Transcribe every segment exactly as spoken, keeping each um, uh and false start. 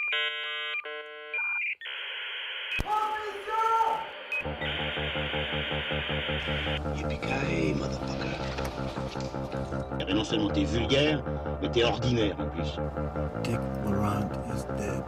Yippee-ki-yay, motherfucker. Eh ben non seulement t'es vulgaire, mais t'es ordinaire en plus. Dick Laurent is dead.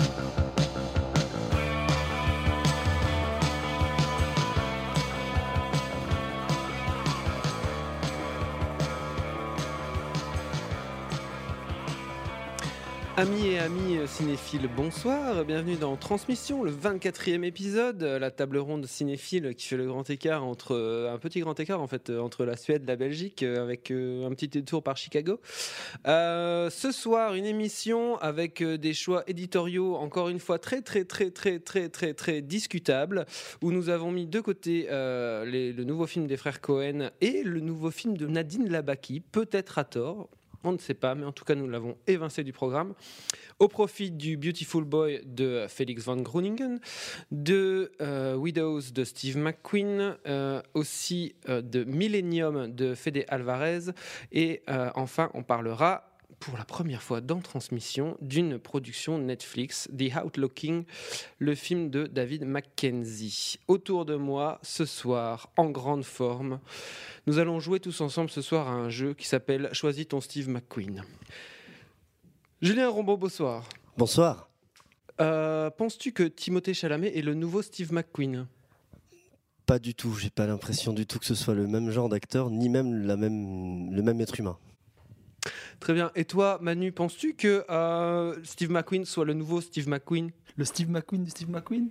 Amis et amis cinéphiles, bonsoir, bienvenue dans Transmission, le vingt-quatrième épisode, la table ronde cinéphile qui fait le grand écart entre, un petit grand écart en fait, entre la Suède et la Belgique, avec un petit détour par Chicago. Euh, ce soir, une émission avec des choix éditoriaux, encore une fois très très très très très très très discutables, où nous avons mis de côté euh, les, le nouveau film des frères Cohen et le nouveau film de Nadine Labaki, peut-être à tort. On ne sait pas, mais en tout cas, nous l'avons évincé du programme, au profit du Beautiful Boy de Felix van Groeningen, de euh, Widows de Steve McQueen, euh, aussi euh, de Millennium de Fede Alvarez, et euh, enfin, on parlera pour la première fois dans Transmission d'une production Netflix, The Outlooking, le film de David Mackenzie. Autour de moi, ce soir, en grande forme, nous allons jouer tous ensemble ce soir à un jeu qui s'appelle « Choisis ton Steve McQueen ». Julien Rombaud, bonsoir. Bonsoir. Euh, penses-tu que Timothée Chalamet est le nouveau Steve McQueen ? Pas du tout, j'ai pas l'impression du tout que ce soit le même genre d'acteur, ni même, la même le même être humain. Très bien. Et toi, Manu, penses-tu que euh, Steve McQueen soit le nouveau Steve McQueen ? Le Steve McQueen du Steve McQueen.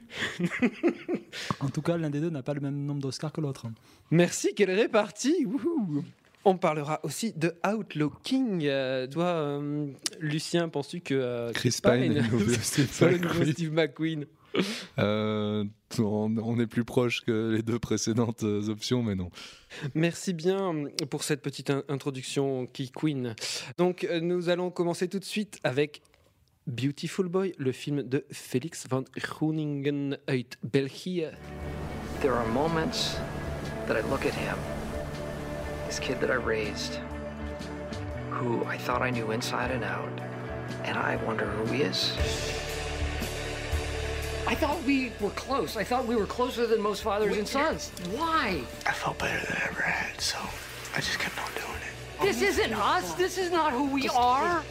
En tout cas, l'un des deux n'a pas le même nombre d'Oscars que l'autre. Merci, quelle répartie. Wouhou. On parlera aussi de Outlooking. Euh, toi, euh, Lucien, penses-tu que euh, Chris Pine est le nouveau soit le nouveau Steve McQueen ? Euh, on, on est plus proche que les deux précédentes options, mais non. Merci bien pour cette petite in- introduction qui Queen. Donc euh, nous allons commencer tout de suite avec Beautiful Boy, le film de Felix van Groeningen uit België. There are moments that I look at him, this kid that I raised, who I thought I knew inside and out, and I wonder who he is. I thought we were close. I thought we were closer than most fathers and sons. Why? I felt better than I ever had, so I just kept on doing it. This isn't us. This is not who we are.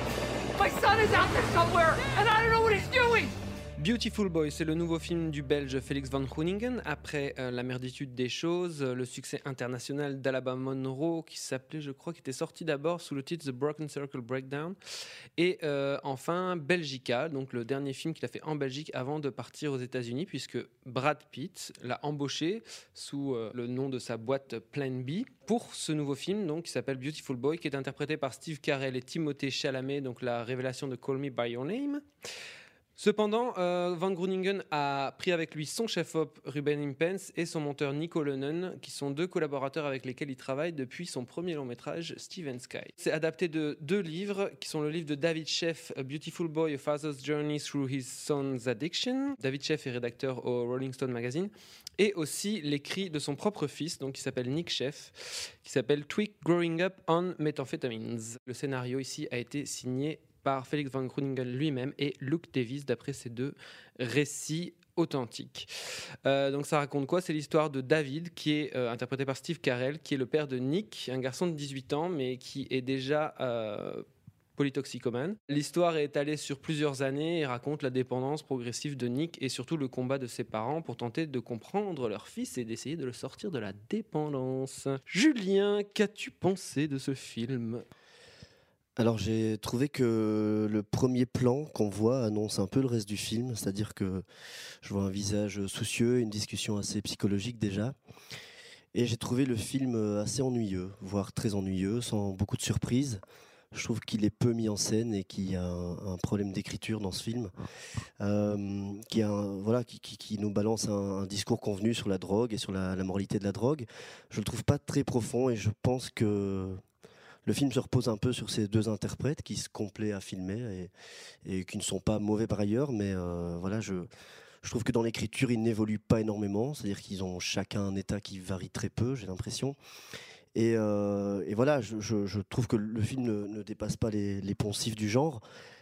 My son is out there somewhere, and I don't know what he's doing. Beautiful Boy, c'est le nouveau film du Belge Felix van Groeningen. Après euh, La merditude des choses, euh, le succès international d'Alabama Monroe, qui s'appelait, je crois, qui était sorti d'abord sous le titre The Broken Circle Breakdown. Et euh, enfin, Belgica, donc le dernier film qu'il a fait en Belgique avant de partir aux États-Unis, puisque Brad Pitt l'a embauché sous euh, le nom de sa boîte Plan B pour ce nouveau film, donc qui s'appelle Beautiful Boy, qui est interprété par Steve Carell et Timothée Chalamet, donc la révélation de Call Me by Your Name. Cependant, euh, Van Groeningen a pris avec lui son chef-op Ruben Impens et son monteur Nico Lennon, qui sont deux collaborateurs avec lesquels il travaille depuis son premier long-métrage Steven Sky. C'est adapté de deux livres, qui sont le livre de David Sheff, A Beautiful Boy, A Father's Journey Through His Son's Addiction. David Sheff est rédacteur au Rolling Stone Magazine. Et aussi l'écrit de son propre fils, donc qui s'appelle Nick Sheff, qui s'appelle Tweak Growing Up on Methamphetamines. Le scénario ici a été signé par Felix van Groeningen lui-même et Luke Davis, d'après ces deux récits authentiques. Euh, donc ça raconte quoi ? C'est l'histoire de David, qui est euh, interprété par Steve Carell, qui est le père de Nick, un garçon de dix-huit ans, mais qui est déjà euh, polytoxicomane. L'histoire est étalée sur plusieurs années et raconte la dépendance progressive de Nick et surtout le combat de ses parents pour tenter de comprendre leur fils et d'essayer de le sortir de la dépendance. Julien, qu'as-tu pensé de ce film ? Alors j'ai trouvé que le premier plan qu'on voit annonce un peu le reste du film, c'est-à-dire que je vois un visage soucieux, une discussion assez psychologique déjà, et j'ai trouvé le film assez ennuyeux, voire très ennuyeux, sans beaucoup de surprises. Je trouve qu'il est peu mis en scène et qu'il y a un, un problème d'écriture dans ce film, euh, qui, a un, voilà, qui, qui, qui nous balance un, un discours convenu sur la drogue et sur la, la moralité de la drogue. Je le trouve pas très profond et je pense que le film se repose un peu sur ces deux interprètes qui se complaient à filmer et, et qui ne sont pas mauvais par ailleurs, mais euh, voilà, je, je trouve que dans l'écriture, ils n'évoluent pas énormément, c'est-à-dire qu'ils ont chacun un état qui varie très peu, j'ai l'impression. Et, euh, et voilà, je, je, je trouve que le film ne, ne dépasse pas les, les poncifs du genre,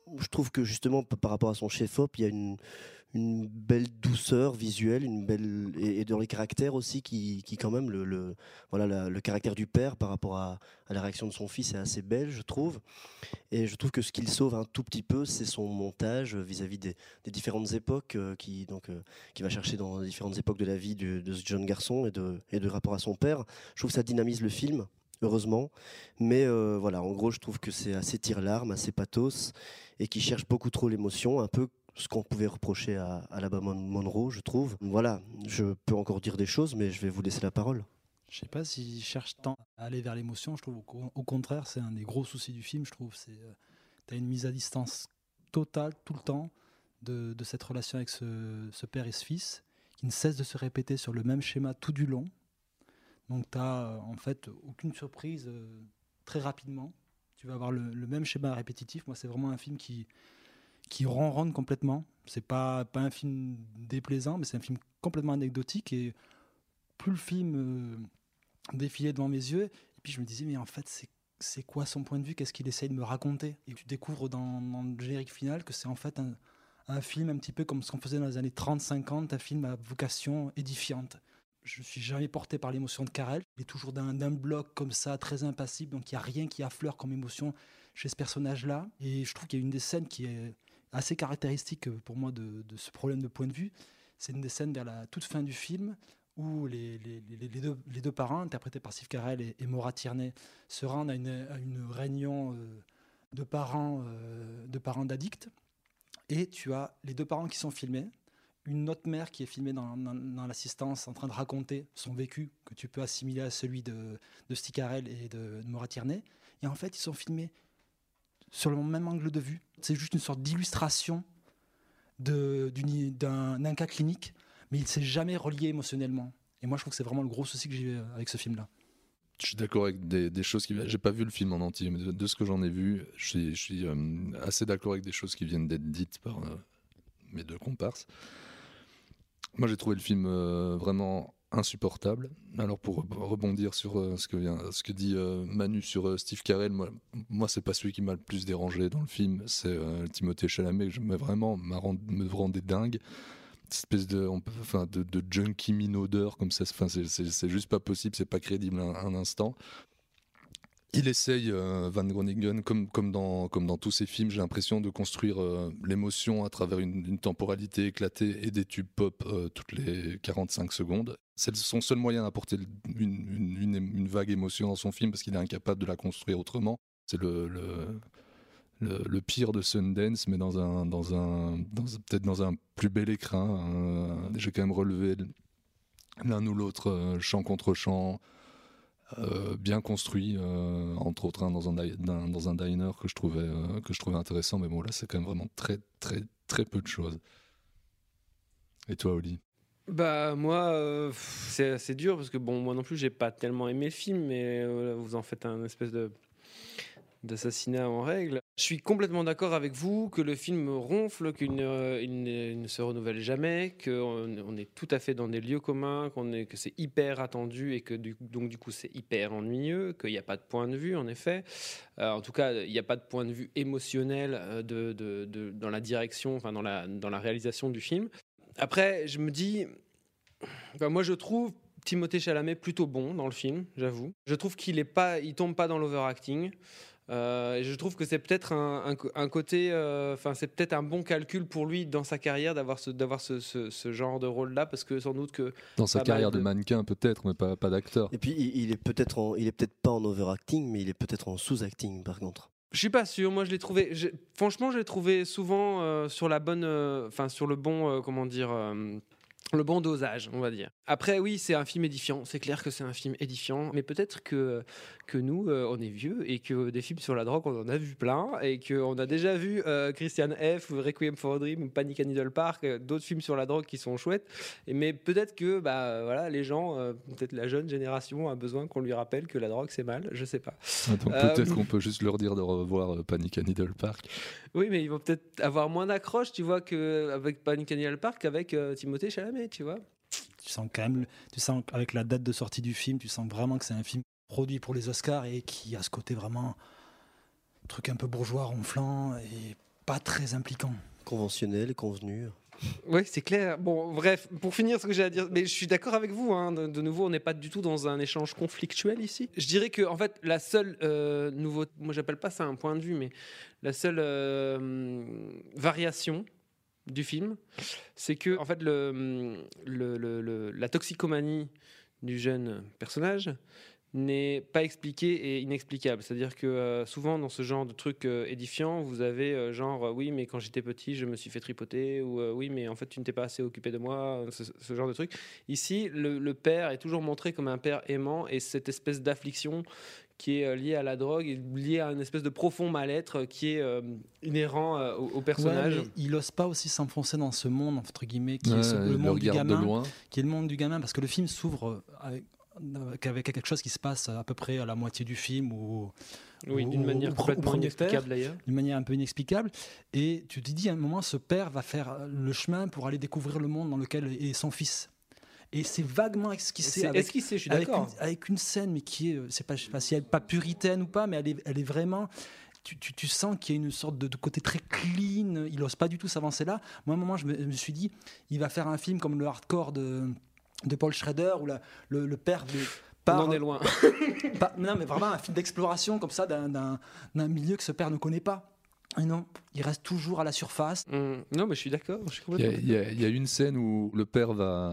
je trouve que justement par rapport à son chef-op, il y a une, une belle douceur visuelle, une belle et, et dans les caractères aussi qui, qui quand même le, le voilà la, le caractère du père par rapport à, à la réaction de son fils est assez belle, je trouve. Et je trouve que ce qu'il sauve un tout petit peu, c'est son montage vis-à-vis des, des différentes époques euh, qui donc euh, qui va chercher dans les différentes époques de la vie de, de ce jeune garçon et de et de rapport à son père. Je trouve que ça dynamise le film. Heureusement, mais euh, voilà, en gros, je trouve que c'est assez tire-larme, assez pathos, et qui cherche beaucoup trop l'émotion, un peu ce qu'on pouvait reprocher à, à Alabama Monroe, je trouve. Voilà, je peux encore dire des choses, mais je vais vous laisser la parole. Je sais pas s'il cherche tant à aller vers l'émotion, je trouve au, au contraire, c'est un des gros soucis du film, je trouve. C'est, euh, t'as une mise à distance totale, tout le temps, de, de cette relation avec ce, ce père et ce fils, qui ne cesse de se répéter sur le même schéma tout du long. Donc tu n'as en fait aucune surprise euh, très rapidement. Tu vas avoir le, le même schéma répétitif. Moi, c'est vraiment un film qui, qui ronronne complètement. C'est pas, pas un film déplaisant, mais c'est un film complètement anecdotique. Et plus le film euh, défilait devant mes yeux, et puis je me disais, mais en fait, c'est, c'est quoi son point de vue ? Qu'est-ce qu'il essaye de me raconter ? Et tu découvres dans, dans le générique final que c'est en fait un, un film un petit peu comme ce qu'on faisait dans les années trente cinquante, un film à vocation édifiante. Je ne suis jamais porté par l'émotion de Carell. Il est toujours d'un, d'un bloc comme ça, très impassible. Donc il n'y a rien qui affleure comme émotion chez ce personnage-là. Et je trouve qu'il y a une des scènes qui est assez caractéristique pour moi de, de ce problème de point de vue. C'est une des scènes vers la toute fin du film où les, les, les, les, deux, les deux parents, interprétés par Steve Carell et, et Maura Tierney, se rendent à une, à une réunion euh, de, parents, euh, de parents d'addicts. Et tu as les deux parents qui sont filmés. Une autre mère qui est filmée dans, dans, dans l'assistance en train de raconter son vécu que tu peux assimiler à celui de, de Steve Carell et de, de Maura Tierney. Et en fait, ils sont filmés sur le même angle de vue. C'est juste une sorte d'illustration de, d'une, d'un, d'un cas clinique, mais il ne s'est jamais relié émotionnellement. Et moi, je trouve que c'est vraiment le gros souci que j'ai avec ce film-là. Je suis d'accord avec des, des choses qui... J'ai pas vu le film en entier, mais de, de ce que j'en ai vu, je suis, je suis euh, assez d'accord avec des choses qui viennent d'être dites par euh, mes deux comparses. Moi, j'ai trouvé le film euh, vraiment insupportable. Alors, pour rebondir sur euh, ce, que vient, ce que dit euh, Manu sur euh, Steve Carell, moi, moi, c'est pas celui qui m'a le plus dérangé dans le film. C'est euh, Timothée Chalamet que je me vraiment me rendait dingue. Cette espèce de, on peut, enfin, de, de junkie minaudeur comme ça. Enfin, c'est, c'est, c'est juste pas possible. C'est pas crédible un, un instant. Il essaye, euh, Van Groningen, comme, comme, dans, comme dans tous ses films, j'ai l'impression de construire euh, l'émotion à travers une, une temporalité éclatée et des tubes pop euh, toutes les quarante-cinq secondes. C'est son seul moyen d'apporter une, une, une, une vague émotion dans son film parce qu'il est incapable de la construire autrement. C'est le, le, le, le pire de Sundance, mais dans un, dans un, dans, peut-être dans un plus bel écrin. Euh, j'ai quand même relevé l'un ou l'autre euh, chant contre chant. Euh, bien construit, euh, entre autres hein, dans, un, dans, dans un diner que je trouvais euh, que je trouvais intéressant, mais bon là c'est quand même vraiment très très très peu de choses. Et toi, Oli ? Bah moi euh, c'est assez dur parce que bon moi non plus j'ai pas tellement aimé le film, mais euh, vous en faites un espèce de d'assassinat en règle. Je suis complètement d'accord avec vous que le film ronfle, qu'il ne, il ne, il ne se renouvelle jamais, qu'on on est tout à fait dans des lieux communs, qu'on est, que c'est hyper attendu et que du, donc du coup c'est hyper ennuyeux, qu'il n'y a pas de point de vue en effet. Euh, en tout cas, il n'y a pas de point de vue émotionnel de, de, de, dans la direction, enfin dans la, dans la réalisation du film. Après, je me dis, enfin, moi je trouve Timothée Chalamet plutôt bon dans le film, j'avoue. Je trouve qu'il est pas, il tombe pas dans l'overacting. Euh, et je trouve que c'est peut-être un, un, un côté, enfin euh, c'est peut-être un bon calcul pour lui dans sa carrière d'avoir ce, d'avoir ce, ce, ce genre de rôle-là, parce que sans doute que dans sa carrière de... de mannequin peut-être, mais pas, pas d'acteur. Et puis il, il est peut-être, en, il est peut-être pas en overacting, mais il est peut-être en sous-acting par contre. Je suis pas sûr. Moi, je l'ai trouvé. Je, franchement, je l'ai trouvé souvent euh, sur la bonne, enfin euh, sur le bon, euh, comment dire. Euh, le bon dosage, on va dire. Après, oui, c'est un film édifiant. C'est clair que c'est un film édifiant. Mais peut-être que, que nous, euh, on est vieux et que des films sur la drogue, on en a vu plein. Et qu'on a déjà vu euh, Christian F. ou Requiem for a Dream ou Panic at Needle Park, euh, d'autres films sur la drogue qui sont chouettes. Et, mais peut-être que bah, voilà, les gens, euh, peut-être la jeune génération a besoin qu'on lui rappelle que la drogue, c'est mal. Je sais pas. Donc euh, peut-être qu'on peut juste leur dire de revoir euh, Panic at Needle Park. Oui, mais ils vont peut-être avoir moins d'accroche, tu vois, qu'avec Panic at Needle Park qu'avec euh, Timothée Chalamet. Tu vois, tu sens quand même, tu sens avec la date de sortie du film, tu sens vraiment que c'est un film produit pour les Oscars et qui a ce côté vraiment truc un peu bourgeois, ronflant et pas très impliquant. Conventionnel, convenu. Oui, c'est clair. Bon, bref, pour finir ce que j'ai à dire, mais je suis d'accord avec vous. Hein, de, de nouveau, on n'est pas du tout dans un échange conflictuel ici. Je dirais que, en fait, la seule euh, nouveauté, moi, j'appelle pas ça un point de vue, mais la seule euh, variation du film, c'est que, en fait, le, le, le, le, la toxicomanie du jeune personnage n'est pas expliqué et inexplicable. C'est-à-dire que euh, souvent dans ce genre de trucs euh, édifiants, vous avez euh, genre euh, oui mais quand j'étais petit je me suis fait tripoter ou euh, oui mais en fait tu n'étais pas assez occupé de moi, ce, ce genre de truc. Ici le, le père est toujours montré comme un père aimant et cette espèce d'affliction qui est euh, liée à la drogue et liée à une espèce de profond mal-être qui est euh, inhérent euh, au, au personnage. Ouais, mais il n'ose pas aussi s'enfoncer dans ce monde entre guillemets qui Ouais, est ce- le il monde du regarde de gamin, loin. qui est le monde du gamin parce que le film s'ouvre avec avec quelque chose qui se passe à peu près à la moitié du film ou Oui, ou- d'une manière ou- ou complètement premier inexplicable terre, d'ailleurs. d'une manière un peu inexplicable. Et tu te dis à un moment, ce père va faire le chemin pour aller découvrir le monde dans lequel est son fils. Et c'est vaguement esquissé. C'est avec, esquissé, je suis avec d'accord. une, avec une scène, mais qui est, c'est pas, je sais pas si elle est pas puritaine ou pas, mais elle est, elle est vraiment. Tu, tu, tu sens qu'il y a une sorte de, de côté très clean. Il n'ose pas du tout s'avancer là. Moi, à un moment, je me, je me suis dit, il va faire un film comme le hardcore de, de Paul Schrader, où la, le, le père veut- On part- en est loin. pas- non, mais vraiment un film d'exploration comme ça d'un, d'un, d'un milieu que ce père ne connaît pas. Et non, il reste toujours à la surface. Hum, non mais je suis d'accord. Je suis Il y, a, complètement il y a- il y a une scène où le père va,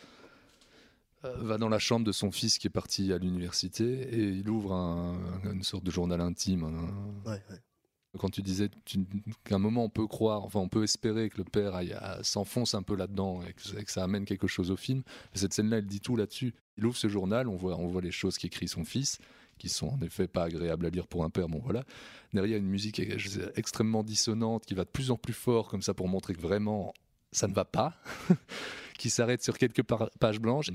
euh, va dans la chambre de son fils qui est parti à l'université et il ouvre un- une sorte de journal intime. un- Ouais, ouais. Quand tu disais tu- qu'à un moment on peut croire, enfin on peut espérer que le père aille à- s'enfonce un peu là-dedans et que, et que ça amène quelque chose au film. Mais cette scène-là, elle dit tout là-dessus. Il ouvre ce journal, on voit, on voit les choses qu'écrit son fils, qui sont en effet pas agréables à lire pour un père. Bon voilà. Derrière, une musique je sais, extrêmement dissonante qui va de plus en plus fort comme ça pour montrer que vraiment ça ne va pas, qui s'arrête sur quelques par- pages blanches.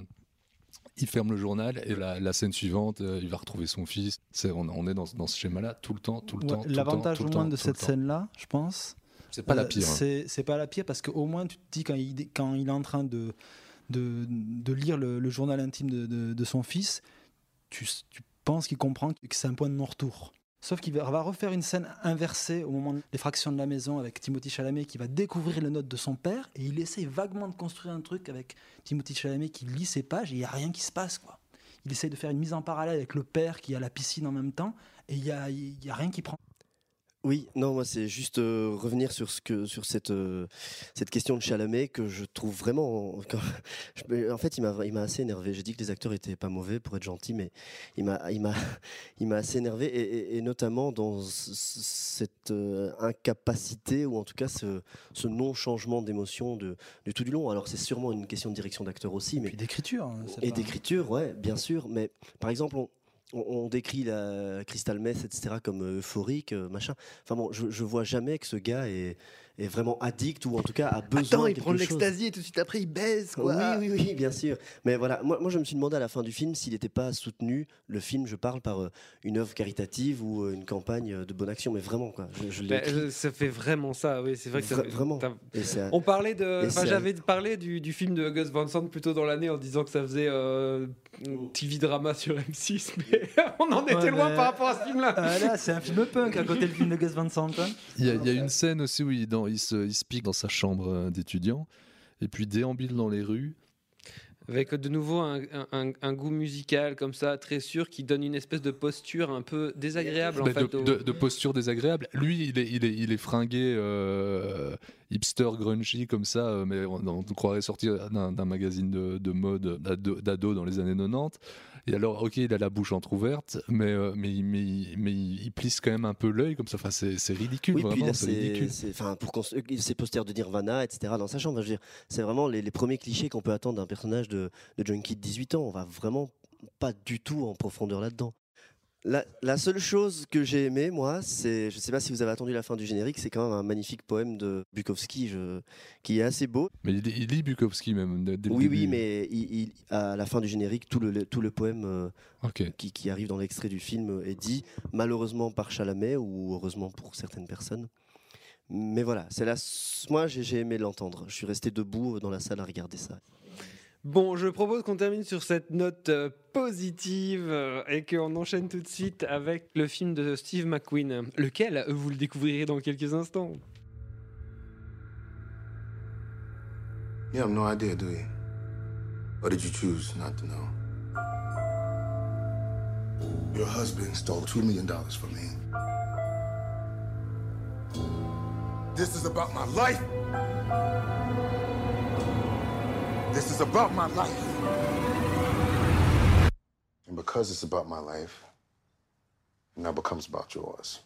Il ferme le journal et la, la scène suivante, euh, il va retrouver son fils. C'est, on, on est dans, dans ce schéma-là tout le temps, tout le Ouais, temps. tout le l'avantage temps, au tout le moins temps, de tout le cette temps. scène-là, je pense, C'est pas la Euh, pire. hein. C'est, c'est pas la pire parce qu'au moins tu te dis quand il, quand il est en train de, de, de lire le, le journal intime de, de, de son fils, tu, tu penses qu'il comprend que c'est un point de non-retour. Sauf qu'il va, va refaire une scène inversée au moment des fractions de la maison avec Timothée Chalamet qui va découvrir les notes de son père et il essaye vaguement de construire un truc avec Timothée Chalamet qui lit ses pages et il n'y a rien qui se passe, quoi. Il essaye de faire une mise en parallèle avec le père qui est à la piscine en même temps et il n'y a, il y a rien qui prend. Oui, non, moi c'est juste euh, revenir sur ce que sur cette euh, cette question de Chalamet que je trouve vraiment. quand- je- en fait, il m'a il m'a assez énervé. J'ai dit que les acteurs étaient pas mauvais pour être gentils, mais il m'a il m'a il m'a assez énervé et, et- et notamment dans ce- ce- cette euh, incapacité ou en tout cas ce, ce non changement d'émotion de du tout du long. Alors c'est sûrement une question de direction d'acteur aussi, Et mais puis d'écriture. hein, c'est et pas- d'écriture, ouais, bien sûr. Mais par exemple, on, on, on décrit la Crystal Meth, et cetera, comme euh, euphorique, euh, machin. Enfin bon, je, je vois jamais que ce gars est, est vraiment addict ou en tout cas a besoin Attends, de il quelque prend de chose. l'ecstasy et tout de suite après il baise Oui, quoi. oui, oui, bien sûr. Mais voilà, moi, moi je me suis demandé à la fin du film s'il n'était pas soutenu, le film, je parle, par euh, une œuvre caritative ou euh, une campagne euh, de bonne action. Mais vraiment, quoi. Je, je l'ai Ben, écrit. euh, ça fait vraiment ça, oui, c'est vrai que ça Vra- fait- vraiment. t'as- Et c'est- On parlait de, Et enfin c'est- j'avais parlé du, du film de Gus Van Sant plus tôt dans l'année en disant que ça faisait euh, T V drama sur M six, mais on en était Ouais, loin mais- par rapport à ce film-là. Ah, là, c'est un film punk à côté du film de Gus Van Sant. hein. Il y a, il y a une scène aussi où il, dans, il, se, il se pique dans sa chambre euh, d'étudiant et puis déambule dans les rues. Avec de nouveau un, un- un goût musical comme ça, très sûr, qui donne une espèce de posture un peu désagréable en Bah, fait. de, au- de- de posture désagréable. Lui, il est, il est, il est fringué euh, hipster grungy comme ça, euh, mais on, on croirait sortir d'un d'un magazine de, de mode d'ado d'ado dans les années quatre-vingt-dix. Et alors, ok, il a la bouche entrouverte, mais, euh, mais, il- mais, il- mais il il plisse quand même un peu l'œil comme ça. Enfin, c'est c'est ridicule, Oui, puis vraiment, là, c'est c'est, ridicule. c'est- enfin, pour cons- euh, ces posters de Nirvana, et cetera, dans sa chambre, je veux dire, c'est vraiment les, les premiers clichés qu'on peut attendre d'un personnage de, de junkie de dix-huit ans. On va vraiment pas du tout en profondeur là-dedans. La, la seule chose que j'ai aimé, moi, c'est, je sais pas si vous avez attendu la fin du générique, c'est quand même un magnifique poème de Bukowski, je- qui est assez beau. Mais il, il lit Bukowski même dès, dès le Oui, début. oui, mais il, il- à la fin du générique, tout le, tout le poème euh, Ok. qui, qui arrive dans l'extrait du film est dit, malheureusement par Chalamet ou heureusement pour certaines personnes. Mais voilà, c'est la... moi j'ai j'ai aimé l'entendre. Je suis resté debout dans la salle à regarder ça. Bon, je propose qu'on termine sur cette note euh, positive euh, et qu'on enchaîne tout de suite avec le film de Steve McQueen, lequel vous le découvrirez dans quelques instants. You have no idea, do you? Or did you choose not to know? Your husband stole two million dollars from me. This is about my life. This is about my life. And because it's about my life, it now becomes about yours.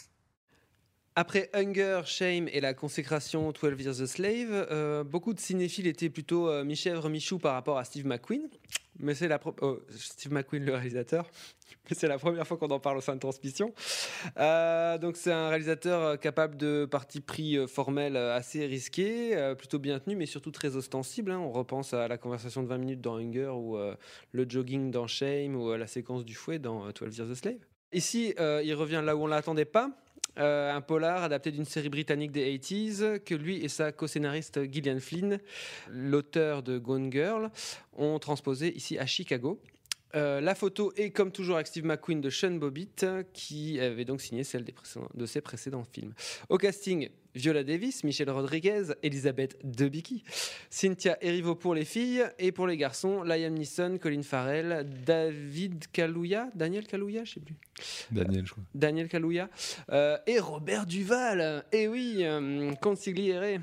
Après Hunger, Shame et la consécration twelve Years a Slave, euh, beaucoup de cinéphiles étaient plutôt euh, mi-chèvre, mi-chou par rapport à Steve McQueen. Mais c'est la pro- oh, Steve McQueen, le réalisateur. Mais c'est la première fois qu'on en parle au sein de Transmission. Euh, donc c'est un réalisateur capable de partis pris formels assez risqués, euh, plutôt bien tenu, mais surtout très ostensible. Hein. On repense à la conversation de vingt minutes dans Hunger, ou euh, le jogging dans Shame, ou euh, la séquence du fouet dans euh, twelve Years a Slave. Ici, euh, il revient là où on ne l'attendait pas. Euh, un polar adapté d'une série britannique des eighties que lui et sa co-scénariste Gillian Flynn, l'auteur de Gone Girl, ont transposé ici à Chicago. Euh, la photo est comme toujours avec Steve McQueen de Sean Bobbitt, qui avait donc signé celle des de ses précédents films. Au casting, Viola Davis, Michelle Rodriguez, Elisabeth Debicki, Cynthia Erivo pour les filles, et pour les garçons, Liam Neeson, Colin Farrell, David Kaluuya, Daniel Kaluuya, je sais plus. Daniel, je crois. Daniel Kaluuya, euh, et Robert Duval. Et oui, euh, consigliere.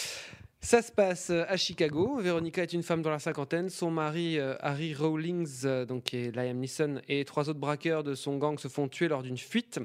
Ça se passe à Chicago. Véronica est une femme dans la cinquantaine. Son mari, euh, Harry Rawlings, euh, donc, qui est Liam Neeson, et trois autres braqueurs de son gang se font tuer lors d'une fuite.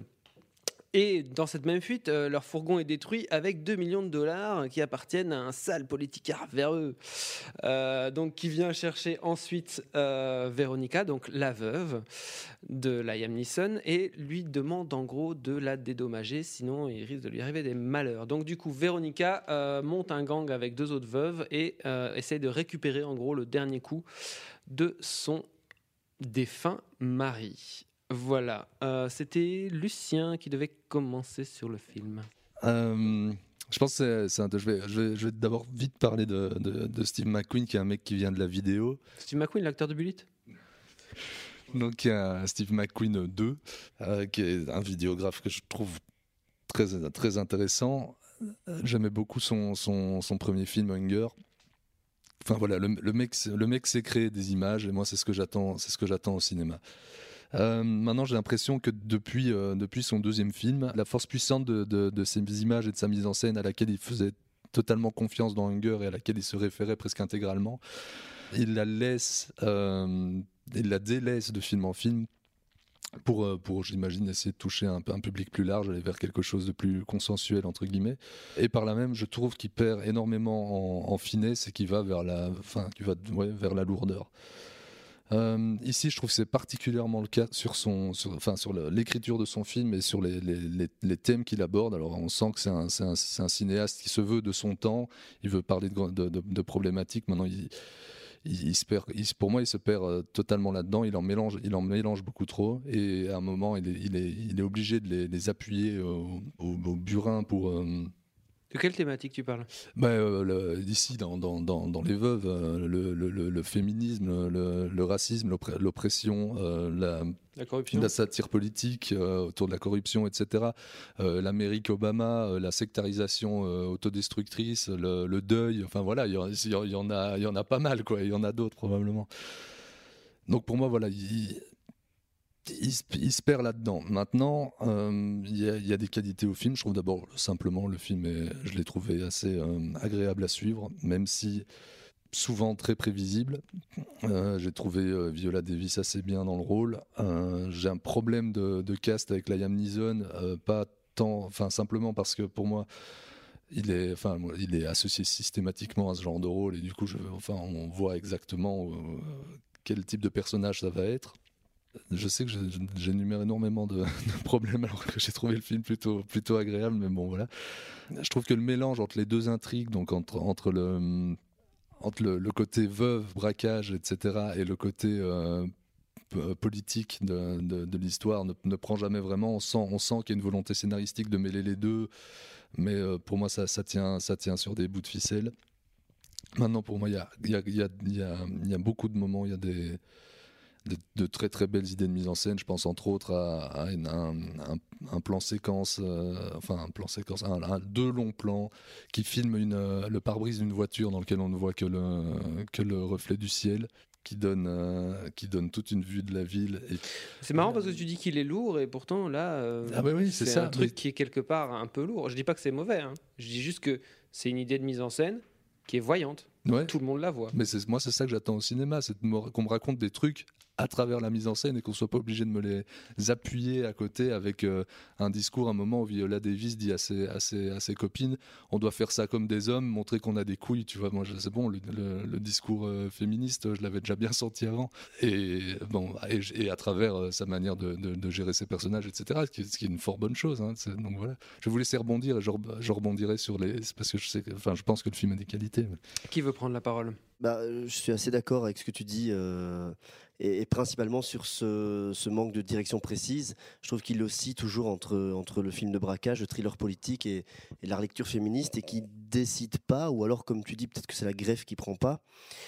Et dans cette même fuite, euh, leur fourgon est détruit avec deux millions de dollars qui appartiennent à un sale politicard véreux. Euh, donc, qui vient chercher ensuite euh, Véronica, donc la veuve de Liam Neeson, et lui demande en gros de la dédommager, sinon il risque de lui arriver des malheurs. Donc, du coup, Véronica euh, monte un gang avec deux autres veuves et euh, essaye de récupérer en gros le dernier coup de son défunt mari. Voilà, euh, c'était Lucien qui devait commencer sur le film. Euh, je pense que c'est, c'est un, je, vais, je, vais, je vais d'abord vite parler de, de, de Steve McQueen, qui est un mec qui vient de la vidéo. Steve McQueen, l'acteur de Bullitt. Donc il y a Steve McQueen deux, euh, qui est un vidéographe que je trouve très, très intéressant. J'aimais beaucoup son, son, son premier film, Hunger. Enfin voilà, le, le, mec, le mec sait créer des images, et moi c'est ce que j'attends, c'est ce que j'attends au cinéma. Euh, maintenant, j'ai l'impression que depuis, euh, depuis son deuxième film, la force puissante de, de, de ses images et de sa mise en scène, à laquelle il faisait totalement confiance dans Hunger et à laquelle il se référait presque intégralement, il la laisse, euh, il la délaisse de film en film pour, pour j'imagine, essayer de toucher un, un public plus large, aller vers quelque chose de plus consensuel, entre guillemets. Et par là même, je trouve qu'il perd énormément en, en finesse et qu'il va vers la, enfin, qu'il va, ouais, vers la lourdeur. Euh, ici, je trouve que c'est particulièrement le cas sur, son, sur, enfin, sur le, l'écriture de son film et sur les, les, les, les thèmes qu'il aborde. Alors, on sent que c'est un, c'est, un, c'est un cinéaste qui se veut de son temps. Il veut parler de, de, de, de problématiques. Maintenant, il, il, il se perd, il, pour moi, il se perd totalement là-dedans. Il en mélange, il en mélange beaucoup trop. Et à un moment, il est, il est, il est obligé de les, les appuyer au, au, au burin pour... Euh, De quelle thématique tu parles ? bah, euh, le, Ici, dans, dans, dans, dans Les Veuves, euh, le, le, le, le féminisme, le, le racisme, l'oppression, euh, la, la, corruption. la satire politique euh, autour de la corruption, et cetera. Euh, L'Amérique Obama, euh, la sectarisation euh, autodestructrice, le, le deuil, enfin voilà, il y, y, y, en a, y en a pas mal, quoi. Il y en a d'autres probablement. Donc pour moi, voilà, il... Il, il se perd là-dedans. Maintenant, il euh, y, y a des qualités au film. Je trouve d'abord simplement le film, est, je l'ai trouvé assez euh, agréable à suivre, même si souvent très prévisible. Euh, j'ai trouvé euh, Viola Davis assez bien dans le rôle. Euh, j'ai un problème de, de cast avec Liam Neeson, euh, pas tant, enfin simplement parce que pour moi, il est, enfin, il est associé systématiquement à ce genre de rôle et du coup, je, enfin, on voit exactement euh, quel type de personnage ça va être. Je sais que j'énumère énormément de, de problèmes alors que j'ai trouvé le film plutôt, plutôt agréable, mais bon voilà. Je trouve que le mélange entre les deux intrigues, donc entre, entre, le, entre le, le côté veuve, braquage, et cetera, et le côté euh, p- politique de, de, de l'histoire ne, ne prend jamais vraiment. On sent, on sent qu'il y a une volonté scénaristique de mêler les deux, mais euh, pour moi ça, ça, tient, ça tient sur des bouts de ficelle. Maintenant pour moi il y a, y, a, y, a, y, a, y a beaucoup de moments, il y a des... de, de très très belles idées de mise en scène. Je pense entre autres à, à une, un, un, un plan séquence, euh, enfin un plan séquence, un, un, deux longs plans qui filment une, euh, le pare-brise d'une voiture dans lequel on ne voit que le, que le reflet du ciel, qui donne, euh, qui donne toute une vue de la ville. Et... C'est marrant parce que tu dis qu'il est lourd et pourtant là, euh, ah bah oui, c'est, c'est ça, un truc mais... qui est quelque part un peu lourd. Je dis pas que c'est mauvais, hein. Je dis juste que c'est une idée de mise en scène qui est voyante. Ouais. Tout le monde la voit. Mais c'est, moi, c'est ça que j'attends au cinéma, c'est de me, qu'on me raconte des trucs à travers la mise en scène et qu'on soit pas obligé de me les appuyer à côté avec euh, un discours, un moment où Viola Davis dit à ses, à, ses, à ses copines, on doit faire ça comme des hommes, montrer qu'on a des couilles, tu vois. Moi, je, c'est bon, le, le, le discours euh, féministe, je l'avais déjà bien senti avant. Et, bon, et, et à travers euh, sa manière de, de, de gérer ses personnages, et cetera, ce qui, ce qui est une fort bonne chose. Hein, donc voilà. Je vais vous laisser rebondir et je, je rebondirai sur les... parce que je, sais, enfin, je pense que le film a des qualités. Mais... Qui veut prendre la parole ? Bah, je suis assez d'accord avec ce que tu dis, euh, et, et principalement sur ce, ce manque de direction précise. Je trouve qu'il oscille toujours entre, entre le film de braquage, le thriller politique et, et la lecture féministe, et qui décide pas, ou alors comme tu dis, peut-être que c'est la greffe qui prend pas.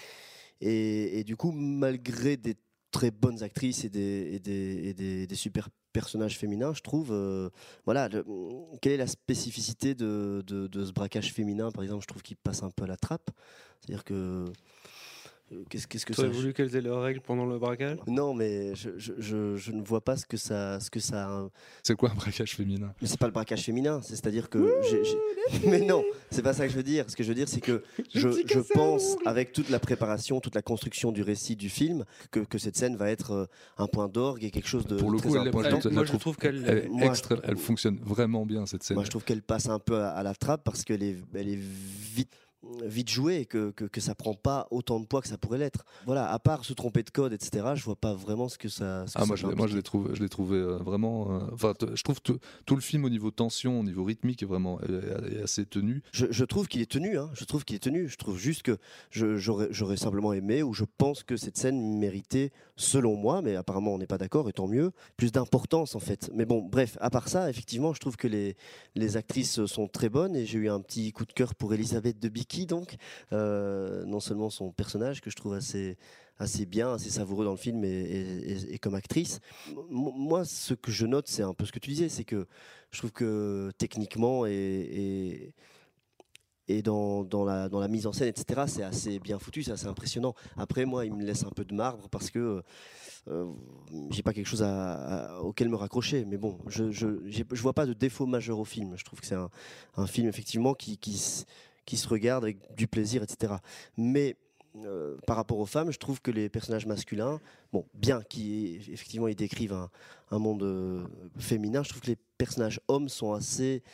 Et, et du coup, malgré des très bonnes actrices et des, et des, et des, des super personnages féminins, je trouve, euh, voilà, le, quelle est la spécificité de, de, de ce braquage féminin, par exemple, je trouve qu'il passe un peu à la trappe. C'est-à-dire que... Qu'est-ce, qu'est-ce que tu aurais ça... voulu qu'elles aient leurs règles pendant le braquage ? Non, mais je, je, je, je ne vois pas ce que ça... Ce que ça... C'est quoi un braquage féminin ? Mais c'est pas le braquage féminin, c'est, c'est-à-dire que... J'ai, j'ai... Mais non, c'est pas ça que je veux dire. Ce que je veux dire, c'est que je, je pense, avec toute la préparation, toute la construction du récit du film, que, que cette scène va être un point d'orgue et quelque chose de Pour le très coup, elle, important. elle, moi, je trouve qu'elle... Elle, Moi, extra... elle fonctionne vraiment bien, cette scène. Moi, je trouve qu'elle passe un peu à, à la trappe parce qu'elle est, elle est vite... vite joué et que, que, que ça prend pas autant de poids que ça pourrait l'être. Voilà, à part se tromper de code, et cetera, je vois pas vraiment ce que ça. Ce que ah, ça moi, je l'ai, moi, je l'ai trouvé, je l'ai trouvé euh, vraiment. Enfin, euh, t- je trouve tout, tout le film au niveau tension, au niveau rythmique, est vraiment est, est assez tenu. Je, je trouve qu'il est tenu. Hein, je trouve qu'il est tenu. Je trouve juste que je, j'aurais, j'aurais simplement aimé, ou je pense que cette scène méritait, selon moi, mais apparemment on n'est pas d'accord, et tant mieux, plus d'importance en fait. Mais bon, bref, à part ça, effectivement, je trouve que les, les actrices sont très bonnes et j'ai eu un petit coup de cœur pour Elisabeth Debicki, donc. Euh, non seulement son personnage que je trouve assez, assez bien, assez savoureux dans le film et, et, et, et comme actrice. M- moi, ce que je note, c'est un peu ce que tu disais, c'est que je trouve que techniquement et, et, et dans, dans, la, dans la mise en scène, et cetera, c'est assez bien foutu, c'est assez impressionnant. Après, moi, il me laisse un peu de marbre parce que euh, j'ai pas quelque chose à, à, auquel me raccrocher. Mais bon, je, je, j'ai, je vois pas de défaut majeur au film. Je trouve que c'est un, un film, effectivement, qui... qui qui se regardent avec du plaisir, et cetera. Mais euh, par rapport aux femmes, je trouve que les personnages masculins, bon, bien qu'ils effectivement ils décrivent un, un monde euh, féminin, je trouve que les personnages hommes sont assez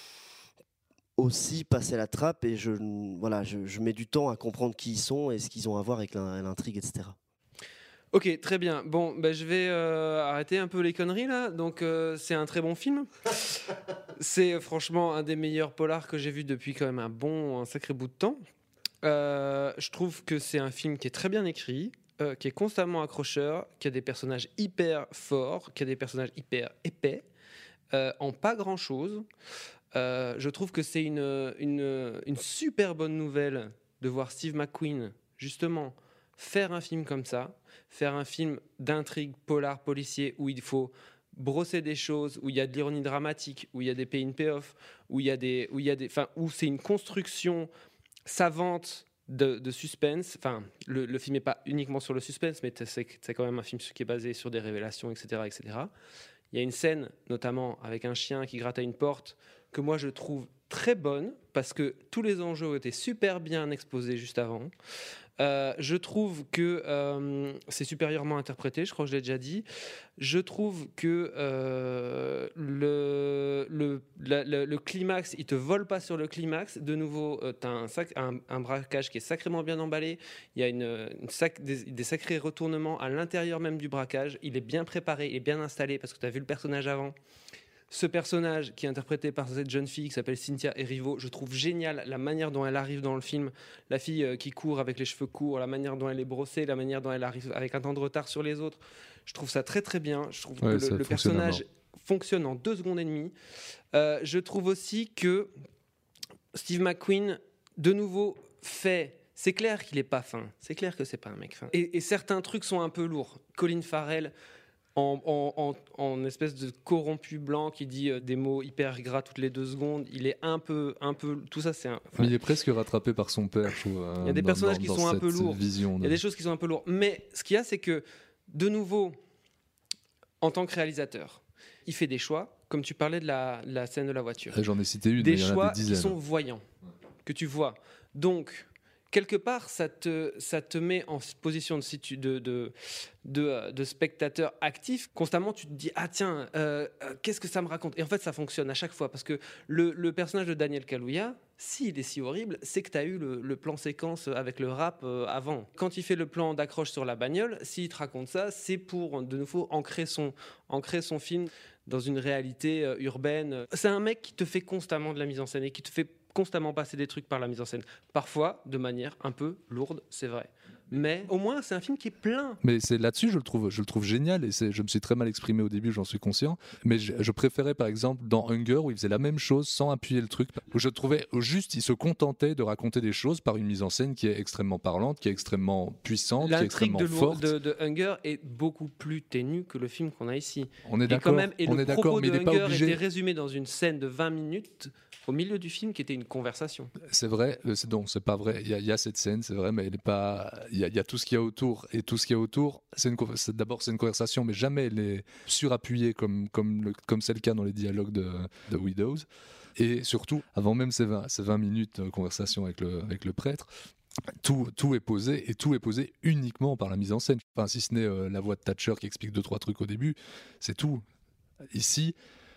aussi passés à la trappe et je, voilà, je, je mets du temps à comprendre qui ils sont et ce qu'ils ont à voir avec l'intrigue, et cetera. Ok, très bien. Bon, bah, je vais euh, arrêter un peu les conneries là. Donc, euh, c'est un très bon film. C'est euh, franchement un des meilleurs polars que j'ai vu depuis quand même un bon, un sacré bout de temps. Euh, je trouve que c'est un film qui est très bien écrit, euh, qui est constamment accrocheur, qui a des personnages hyper forts, qui a des personnages hyper épais, euh, en pas grand chose. Euh, je trouve que c'est une, une, une super bonne nouvelle de voir Steve McQueen, justement, faire un film comme ça, faire un film d'intrigue polar policier où il faut brosser des choses, où il y a de l'ironie dramatique, où il y a des pay in pay-off, où il y a des, où il y a des, enfin, où c'est une construction savante de, de suspense. Enfin, le, le film n'est pas uniquement sur le suspense, mais c'est, c'est quand même un film qui est basé sur des révélations, et cetera, et cetera. Il y a une scène, notamment avec un chien qui gratte à une porte, que moi je trouve très bonne parce que tous les enjeux ont été super bien exposés juste avant. Euh, je trouve que euh, c'est supérieurement interprété, je crois que je l'ai déjà dit. Je trouve que euh, le, le, la, le, le climax, il te vole pas sur le climax. De nouveau, euh, tu as un, sac, un, un braquage qui est sacrément bien emballé. Il y a une, une sac, des, des sacrés retournements à l'intérieur même du braquage. Il est bien préparé, il est bien installé parce que tu as vu le personnage avant. Ce personnage qui est interprété par cette jeune fille qui s'appelle Cynthia Erivo, je trouve génial la manière dont elle arrive dans le film, la fille euh, qui court avec les cheveux courts, la manière dont elle est brossée, la manière dont elle arrive avec un temps de retard sur les autres. Je trouve ça très très bien. Je trouve ouais, que le, le personnage fonctionne en deux secondes et demie. Euh, je trouve aussi que Steve McQueen, de nouveau, fait c'est clair qu'il est pas fin. C'est clair que c'est pas un mec fin. Et, et certains trucs sont un peu lourds. Colin Farrell, en, en, en, en espèce de corrompu blanc qui dit euh, des mots hyper gras toutes les deux secondes, il est un peu, un peu, tout ça c'est un. Enfin, Mais il est presque rattrapé par son père, je trouve. Il y a des dans, personnages dans, qui dans sont un cette peu lourds. vision de- Il y a des choses qui sont un peu lourdes. Mais ce qu'il y a, c'est que, de nouveau, en tant que réalisateur, il fait des choix, comme tu parlais de la, la scène de la voiture. Ah, J'en ai cité une, mais Des il y en a choix des qui dizaines. sont voyants, que tu vois. Donc, quelque part, ça te, ça te met en position de, situ- de, de, de, de spectateur actif. Constamment, tu te dis, ah tiens, euh, euh, qu'est-ce que ça me raconte ? Et en fait, ça fonctionne à chaque fois. Parce que le, le personnage de Daniel Kaluuya, s'il est si horrible, c'est que tu as eu le, le plan séquence avec le rap euh, avant. Quand il fait le plan d'accroche sur la bagnole, s'il te raconte ça, c'est pour, de nouveau, ancrer son, ancrer son film dans une réalité euh, urbaine. C'est un mec qui te fait constamment de la mise en scène et qui te fait constamment passer des trucs par la mise en scène. Parfois, de manière un peu lourde, c'est vrai. Mais au moins, c'est un film qui est plein. Mais c'est là-dessus, je le trouve, je le trouve génial. Et c'est, je me suis très mal exprimé au début, j'en suis conscient. Mais je, je préférais, par exemple, dans Hunger, où il faisait la même chose sans appuyer le truc, où je trouvais juste, il se contentait de raconter des choses par une mise en scène qui est extrêmement parlante, qui est extrêmement puissante, qui est L'intrigue extrêmement de, forte. de, de Hunger est beaucoup plus ténue que le film qu'on a ici. On est Et d'accord. quand même, et on le est propos d'accord, mais de il n'est pas Hunger obligé. était résumé dans une scène de vingt minutes au milieu du film qui était une conversation. C'est vrai, euh, c'est, non, c'est pas vrai. Il y, a, il y a cette scène, c'est vrai, mais elle est pas. Il y, a, il y a tout ce qu'il y a autour, et tout ce qu'il y a autour, c'est une, conver- c'est, d'abord c'est une conversation, mais jamais elle est surappuyée comme comme le, comme c'est le cas dans les dialogues de, de Widows. Et surtout, avant même ces vingt, ces vingt minutes de conversation avec le avec le prêtre. Tout, tout est posé, et tout est posé uniquement par la mise en scène. Enfin, si ce n'est euh, la voix de Thatcher qui explique deux trois trucs au début, c'est tout. Ici,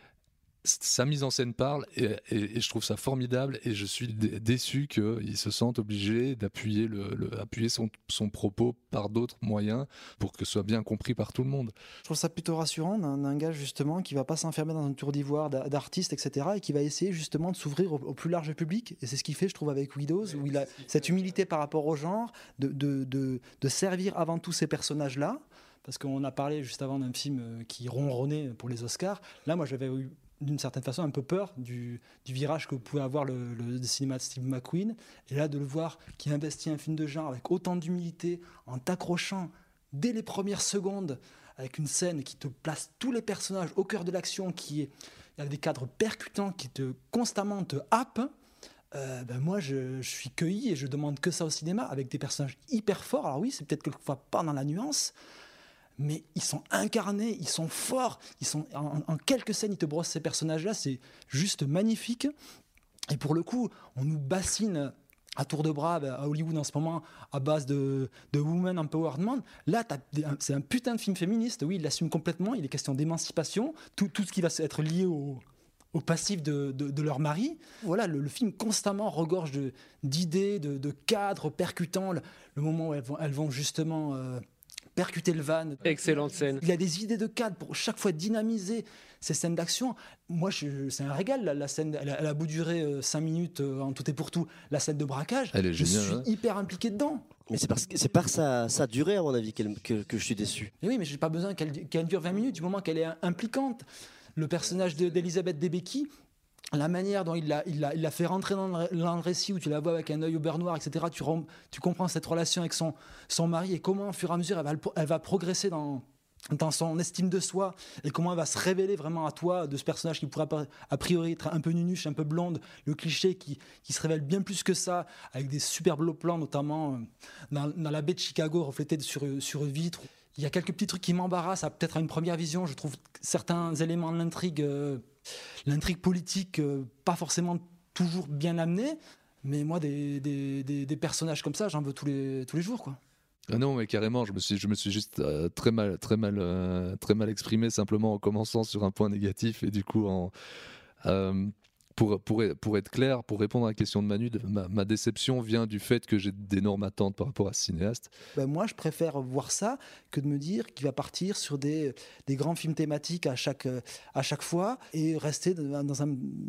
sa mise en scène parle, et, et, et je trouve ça formidable, et je suis dé- déçu qu'il se sente obligé d'appuyer le, le- appuyer son, son propos par d'autres moyens pour que ce soit bien compris par tout le monde. Je trouve ça plutôt rassurant d'un, d'un gars justement qui va pas s'enfermer dans un tour d'ivoire d'a- d'artiste, et cetera, et qui va essayer justement de s'ouvrir au, au plus large public. Et c'est ce qu'il fait, je trouve, avec Widows, où il a cette humilité par rapport au genre, de, de, de, de servir avant tout ces personnages-là. Parce qu'on a parlé juste avant d'un film euh, qui ronronnait pour les Oscars. Là, moi, j'avais eu d'une certaine façon un peu peur du, du virage que pouvait avoir le, le, le cinéma de Steve McQueen. Et là, de le voir qui investit un film de genre avec autant d'humilité, en t'accrochant dès les premières secondes, avec une scène qui te place tous les personnages au cœur de l'action, qui est, il y a des cadres percutants qui te constamment te happent. Euh, ben moi, je, je suis cueilli et je demande que ça au cinéma, avec des personnages hyper forts. Alors oui, c'est peut-être quelquefois pas dans la nuance, mais ils sont incarnés, ils sont forts, ils sont en, en quelques scènes, ils te brossent ces personnages-là, c'est juste magnifique. Et pour le coup, on nous bassine à tour de bras à Hollywood en ce moment à base de, de woman empowerment. Là, t'as des- c'est un putain de film féministe, oui, il l'assume complètement, il est question d'émancipation, tout, tout ce qui va être lié au, au passif de, de, de leur mari. Voilà, le, le film constamment regorge de, d'idées, de, de cadres percutants, le, le moment où elles vont, elles vont justement... Euh, percuter le van. Excellente scène. Il y a des idées de cadre pour chaque fois dynamiser ces scènes d'action. Moi, je, c'est un régal. La, la scène, elle a, elle a beau durer cinq minutes euh, en tout et pour tout. La scène de braquage, Elle est je géniale, suis hein. hyper impliqué dedans. Mais c'est, parce que, c'est par sa, sa durée, à mon avis, qu'elle- que, que je suis déçu. Et oui, mais j'ai pas besoin qu'elle, qu'elle dure vingt minutes du moment qu'elle est impliquante. Le personnage de, d'Elisabeth Debicki, la manière dont il l'a, il l'a, il l'a fait rentrer dans le, dans le récit, où tu la vois avec un œil au beurre noir, et cetera, tu, rom- tu comprends cette relation avec son, son mari et comment, au fur et à mesure, elle va, le- elle va progresser dans, dans son estime de soi et comment elle va se révéler vraiment à toi de ce personnage qui pourrait pas- a priori être un peu nunuche, un peu blonde, le cliché qui, qui se révèle bien plus que ça, avec des superbes plans, notamment euh, dans, dans la baie de Chicago reflétée sur, sur une vitre. Il y a quelques petits trucs qui m'embarrassent, à peut-être à une première vision. Je trouve certains éléments de l'intrigue, euh, l'intrigue politique, euh, pas forcément toujours bien amenés. Mais moi, des, des, des, des personnages comme ça, j'en veux tous les, tous les jours, quoi. Ah non, mais carrément, je me suis, je me suis juste euh, très mal, très mal, euh, très mal exprimé, simplement en commençant sur un point négatif, et du coup en euh, pour, pour, pour être clair, pour répondre à la question de Manu, de- ma, ma déception vient du fait que j'ai d'énormes attentes par rapport à ce cinéaste. Ben moi, je préfère voir ça que de me dire qu'il va partir sur des, des grands films thématiques à chaque, à chaque fois et rester dans un,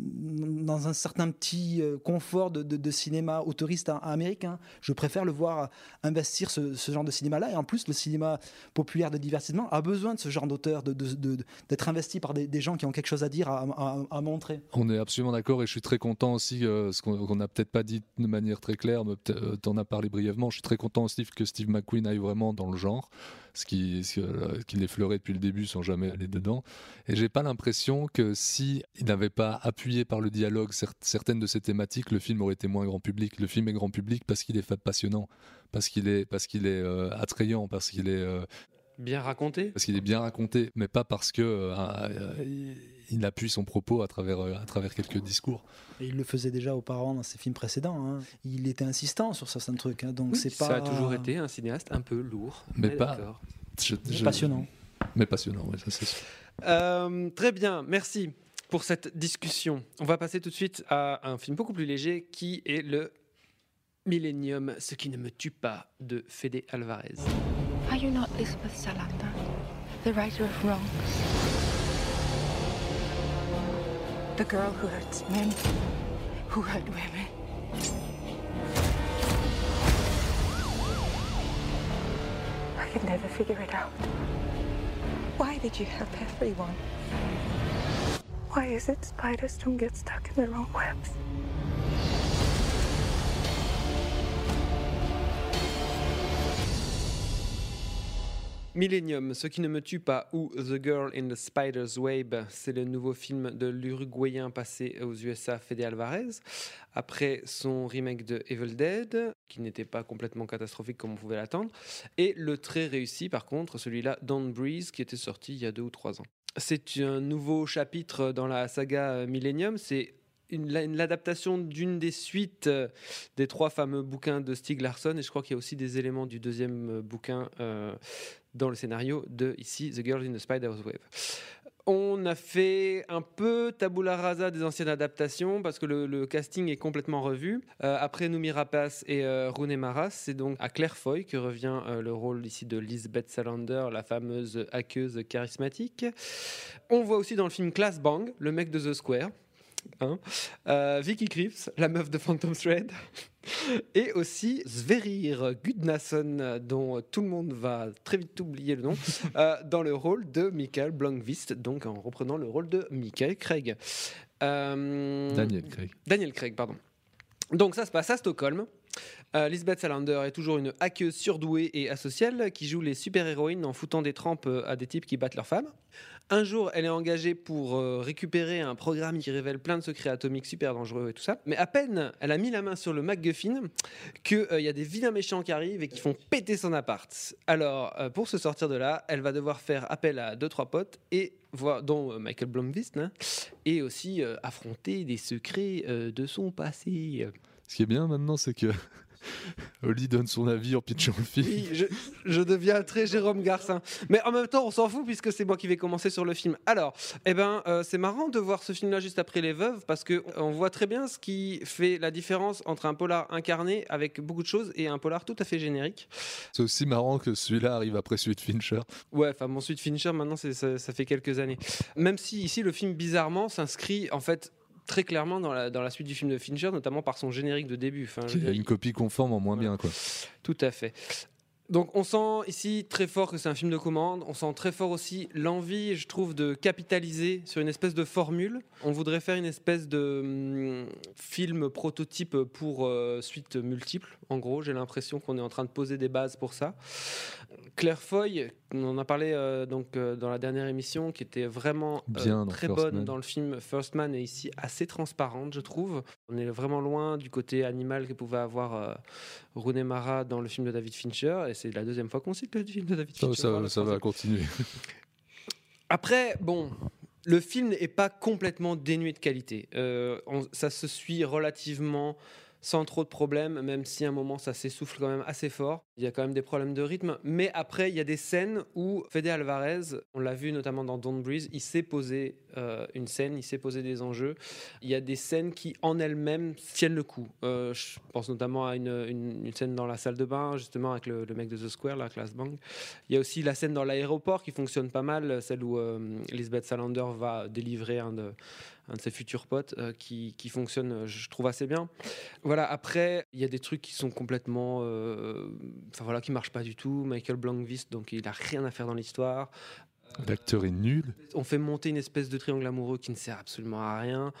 dans un certain petit euh, confort de, de, de cinéma autoriste a- américain. Je préfère le voir investir ce, ce genre de cinéma-là. Et en plus, le cinéma populaire de divertissement a besoin de ce genre d'auteur, de, de, de- d'être investi par des, des gens qui ont quelque chose à dire, à, à- à montrer. On est absolument d'accord. d'accord et je suis très content aussi, euh, ce qu'on n'a peut-être pas dit de manière très claire, mais euh, t'en as parlé brièvement, je suis très content aussi que Steve McQueen aille vraiment dans le genre, ce qui, ce, euh, qu'il effleurait depuis le début sans jamais aller dedans. Et j'ai pas l'impression que si il n'avait pas appuyé par le dialogue cer- certaines de ces thématiques, le film aurait été moins grand public. Le film est grand public parce qu'il est fa- passionnant, parce qu'il est, parce qu'il est euh, attrayant, parce qu'il est... Euh, Bien raconté. Parce qu'il est bien raconté, mais pas parce que euh, euh, il appuie son propos à travers, euh, à travers quelques discours. Et il le faisait déjà aupaparavant dans ses films précédents. Hein. Il était insistant sur certains trucs. Hein, donc Oui, c'est pas... Ça a toujours été un cinéaste un peu lourd. Mais on est pas- d'accord. Je- Mais je- passionnant. Mais passionnant, oui, ça c'est sûr. Euh, très bien, merci pour cette discussion. On va passer tout de suite à un film beaucoup plus léger qui est le Millennium, ce qui ne me tue pas de Fede Alvarez. Are you not Elizabeth Salander, the writer of Wrongs? The girl who hurts men, who hurt women. I could never figure it out. Why did you help everyone? Why is it spiders don't get stuck in their own webs? Millennium, ce qui ne me tue pas, ou The Girl in the Spider's Web, c'est le nouveau film de l'Uruguayen passé aux U S A, Fede Alvarez, après son remake de Evil Dead, qui n'était pas complètement catastrophique comme on pouvait l'attendre, et le très réussi par contre, celui-là, Don't Breathe, qui était sorti il y a deux ou trois ans. C'est un nouveau chapitre dans la saga Millennium, c'est Une, une, l'adaptation d'une des suites euh, des trois fameux bouquins de Stieg Larsson, et je crois qu'il y a aussi des éléments du deuxième euh, bouquin euh, dans le scénario de ici The Girl in the Spider's Web. On a fait un peu tabula rasa des anciennes adaptations parce que le, le casting est complètement revu. Euh, après Noomi Rapace et euh, Rooney Mara, c'est donc à Claire Foy que revient euh, le rôle ici de Lisbeth Salander, la fameuse hackeuse charismatique. On voit aussi dans le film Class Bang, le mec de The Square. Hein. Euh, Vicky Krieps, la meuf de Phantom Thread, et aussi Sverrir Gudnason, dont tout le monde va très vite oublier le nom, euh, dans le rôle de Michael Blomqvist, donc en reprenant le rôle de Michael Craig. Euh, Daniel Craig. Daniel Craig, pardon. Donc ça se passe à Stockholm. Euh, Lisbeth Salander est toujours une hackeuse surdouée et asociale qui joue les super-héroïnes en foutant des trempes à des types qui battent leurs femmes. Un jour, elle est engagée pour euh, récupérer un programme qui révèle plein de secrets atomiques super dangereux et tout ça. Mais à peine elle a mis la main sur le MacGuffin qu'il euh, y a des vilains méchants qui arrivent et qui font péter son appart. Alors, euh, pour se sortir de là, elle va devoir faire appel à deux, trois potes, et, voir, dont euh, Michael Blomqvist, hein, et aussi euh, affronter des secrets euh, de son passé. Ce qui est bien maintenant, c'est que Oli donne son avis en pitchant le film. Oui, je, je deviens très Jérôme Garcin. Mais en même temps, on s'en fout puisque c'est moi qui vais commencer sur le film. Alors, eh ben, euh, c'est marrant de voir ce film-là juste après Les Veuves parce qu'on voit très bien ce qui fait la différence entre un polar incarné avec beaucoup de choses et un polar tout à fait générique. C'est aussi marrant que celui-là arrive après celui de Fincher. Ouais, enfin, mon celui de Fincher, maintenant, c'est, ça, ça fait quelques années. Même si ici, le film, bizarrement, s'inscrit en fait très clairement dans la, dans la suite du film de Fincher, notamment par son générique de début. Enfin, Il y a une copie conforme en moins voilà. bien, quoi. Tout à fait. Donc on sent ici très fort que c'est un film de commande, on sent très fort aussi l'envie, je trouve, de capitaliser sur une espèce de formule. On voudrait faire une espèce de hum, film prototype pour euh, suite multiple, en gros, j'ai l'impression qu'on est en train de poser des bases pour ça. Claire Foy, on en a parlé euh, donc, euh, dans la dernière émission, qui était vraiment Bien euh, dans très First bonne Man. dans le film First Man, et ici assez transparente, je trouve. On est vraiment loin du côté animal que pouvait avoir euh, Rooney Mara dans le film de David Fincher, et c'est la deuxième fois qu'on cite le film de David Ça, Fincher. ça, Voilà, ça va continuer. Après, bon, le film n'est pas complètement dénué de qualité. Euh, on- ça se suit relativement sans trop de problèmes, même si à un moment ça s'essouffle quand même assez fort. Il y a quand même des problèmes de rythme. Mais après, il y a des scènes où Fede Alvarez, on l'a vu notamment dans Don't Breathe, il sait poser euh, une scène, il sait poser des enjeux. Il y a des scènes qui en elles-mêmes tiennent le coup. Euh, je pense notamment à une, une, une scène dans la salle de bain, justement avec le, le mec de The Square, la Class Bang. Il y a aussi la scène dans l'aéroport qui fonctionne pas mal, celle où euh, Lisbeth Salander va délivrer un de, un de ses futurs potes, euh, qui, qui fonctionne, je trouve, assez bien. Voilà, après, il y a des trucs qui sont complètement... Euh, enfin voilà, qui marchent pas du tout. Michael Blomqvist, donc il a rien à faire dans l'histoire. L'acteur est nul. On fait monter une espèce de triangle amoureux qui ne sert absolument à rien.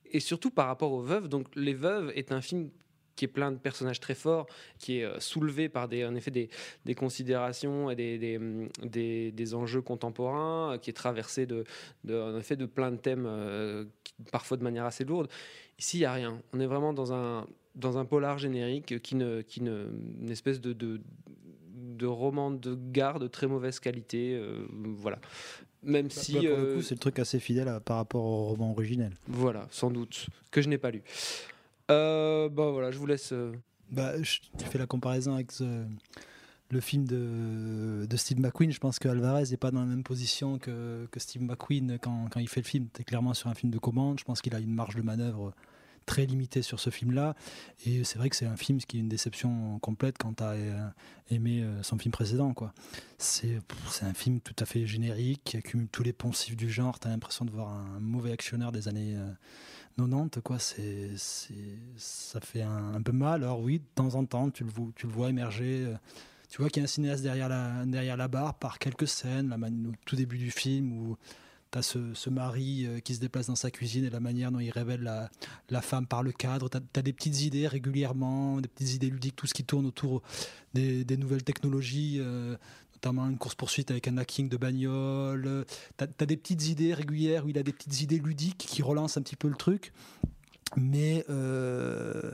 Et surtout par rapport aux veuves. Donc Les Veuves est un film qui est plein de personnages très forts, qui est euh, soulevé par des, en effet des, des considérations et des, des, des, des enjeux contemporains, euh, qui est traversé de, de, en effet de plein de thèmes, euh, qui, parfois de manière assez lourde. Ici, il n'y a rien. On est vraiment dans un, dans un polar générique, qui ne, qui ne, une espèce de, de, de roman de gare de très mauvaise qualité. Euh, voilà. Même Bah, si... bah, pour euh, le coup, c'est le truc assez fidèle à- par rapport au roman originel. Voilà, sans doute, que je n'ai pas lu. Euh, bah voilà, je vous laisse... euh, Bah, je- tu fais la comparaison avec ce- le film de, de Steve McQueen. Je pense que Alvarez n'est pas dans la même position que, que Steve McQueen quand, quand il fait le film. Tu es clairement sur un film de commande. Je pense qu'il a une marge de manœuvre très limitée sur ce film-là. Et c'est vrai que c'est un film qui est une déception complète quand tu as aimé euh, son film précédent, quoi. C'est pff, c'est un film tout à fait générique qui accumule tous les poncifs du genre. Tu as l'impression de voir un mauvais actionneur des années euh, quatre-vingt-dix, quoi. C'est, c'est, ça fait un, un peu mal. Alors oui, de temps en temps, tu le, vois- tu le vois émerger. euh, Tu vois qu'il y a un cinéaste derrière la, derrière la barre par quelques scènes, la man- au tout début du film, où tu as ce, ce mari euh, qui se déplace dans sa cuisine et la manière dont il révèle la, la femme par le cadre. Tu as des petites idées régulièrement, des petites idées ludiques, tout ce qui tourne autour des, des nouvelles technologies, euh, notamment une course-poursuite avec un hacking de bagnole. Tu as des petites idées régulières où il a des petites idées ludiques qui relancent un petit peu le truc. Mais... euh,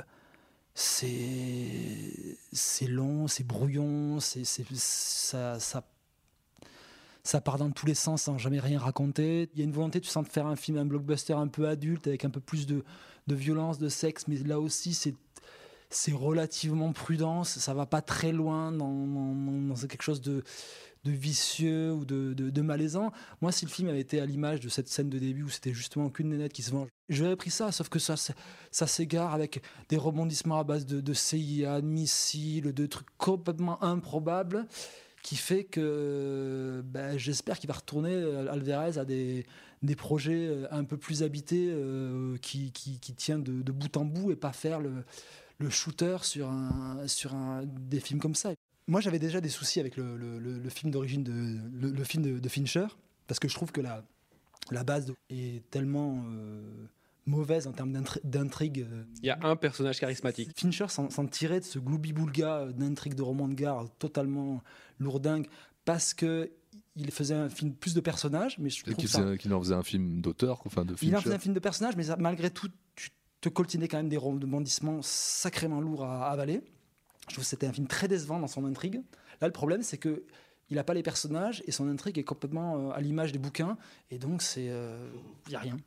c'est c'est long, c'est brouillon, c'est c'est- ça, ça, ça part dans tous les sens sans jamais rien raconter. Il y a une volonté, tu sens, de faire un film, un blockbuster un peu adulte avec un peu plus de, de violence, de sexe, mais là aussi c'est c'est relativement prudent, ça va pas très loin dans, dans- dans quelque chose de, de vicieux ou de, de- de malaisant. Moi, si le film avait été à l'image de cette scène de début où c'était justement qu'une nénette qui se venge, j'aurais pris ça, sauf que ça, ça, ça s'égare avec des rebondissements à base de, de C I A, de missiles, de trucs complètement improbables, qui fait que ben, j'espère qu'il va retourner, euh, Alvarez, à des, des projets euh, un peu plus habités, euh, qui, qui, qui tiennent de, de bout en bout, et pas faire le, le shooter sur, un, sur un, des films comme ça. Moi, j'avais déjà des soucis avec le, le, le- le film d'origine, de, le, le film de, de Fincher, parce que je trouve que la, la base de- est tellement euh, mauvaise en termes d'intri- d'intrigue. euh. Il y a un personnage charismatique. Fincher s'en, s'en tirait de ce gloubi-boulga d'intrigue de roman de gare totalement lourdingue, parce que il faisait un film plus de personnages, mais je trouve Qu'il ça... faisait- qu'il en faisait un film d'auteur, enfin de Il en Fincher. faisait un film de personnages, mais ça- malgré tout, tu te coltinais quand même des rebondissements sacrément lourds à, à avaler. Je trouve que c'était un film très décevant dans son intrigue. Là, le problème, c'est que il n'a pas les personnages et son intrigue est complètement euh, à l'image des bouquins, et donc c'est, il n'y a rien.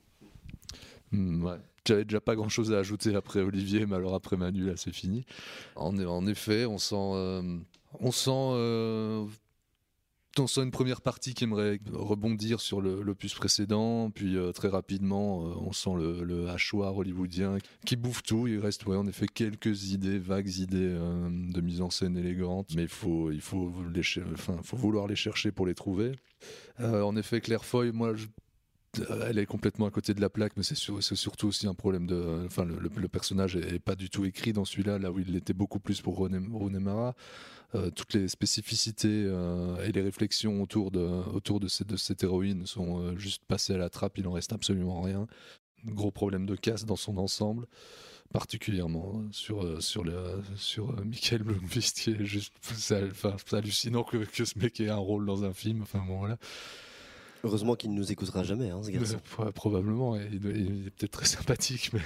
Hmm, ouais. J'avais déjà pas grand chose à ajouter après Olivier, mais alors après Manu, là c'est fini. En, en effet, on sent, euh, on sent, euh, on sent une première partie qui aimerait rebondir sur le- l'opus précédent, puis euh, très rapidement, euh, on sent le, le hachoir hollywoodien qui bouffe tout. Il reste, ouais, en effet, quelques idées, vagues idées euh, de mise en scène élégantes, mais il faut, il faut, les cher- enfin, faut vouloir les chercher pour les trouver. Euh, en effet, Claire Foy, moi, je elle est complètement à côté de la plaque, mais c'est, sur- c'est surtout aussi un problème de. Enfin, le, le- le personnage est, est pas du tout écrit dans celui-là, là où il l'était beaucoup plus pour René, René Mara. Euh, toutes les spécificités euh, et les réflexions autour de, autour de, cette, de cette héroïne sont euh, juste passées à la trappe, il en reste absolument rien. Gros problème de casse dans son ensemble, particulièrement hein, sur, euh, sur, le, sur euh, Michael Blomqvist, qui est juste. C'est, enfin, c'est hallucinant que, que ce mec ait un rôle dans un film. Enfin, bon, voilà. Heureusement qu'il ne nous écoutera jamais, hein, ce garçon. Euh, probablement, il, doit- il est peut-être très sympathique, mais.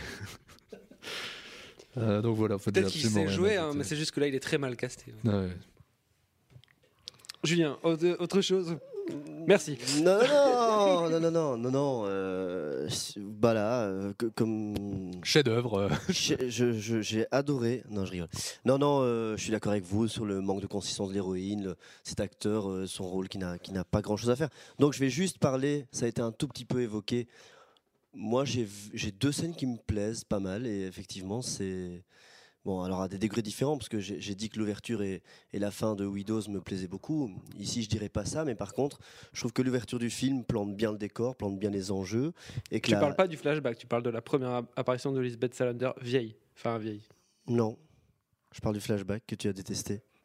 Euh, donc voilà, en fait, Peut-être j'ai qu'il absolument sait rien jouer, à hein, ajouter. mais c'est juste que là, il est très mal casté. Ouais. Julien, autre autre chose. Merci. Non, non, non, non, non, non, non. Euh, bah là, euh, que- comme. Chef-d'œuvre. J'ai je- je- j'ai adoré. Non, je rigole. Non, non, euh, je suis d'accord avec vous sur le manque de consistance de l'héroïne, le- cet acteur, euh, son rôle qui n'a qui n'a pas grand chose à faire. Donc je vais juste parler, ça a été un tout petit peu évoqué. Moi, j'ai vu- j'ai deux scènes qui me plaisent pas mal, et effectivement, c'est. Bon, alors à des degrés différents, parce que j'ai j'ai dit que l'ouverture et, et la fin de Widows me plaisaient beaucoup. Ici, je dirais pas ça, mais par contre, je trouve que l'ouverture du film plante bien le décor, plante bien les enjeux. Et que Tu la- parles pas du flashback, tu parles de la première apparition de Lisbeth Salander vieille. Enfin, vieille. Non, je parle du flashback que tu as détesté.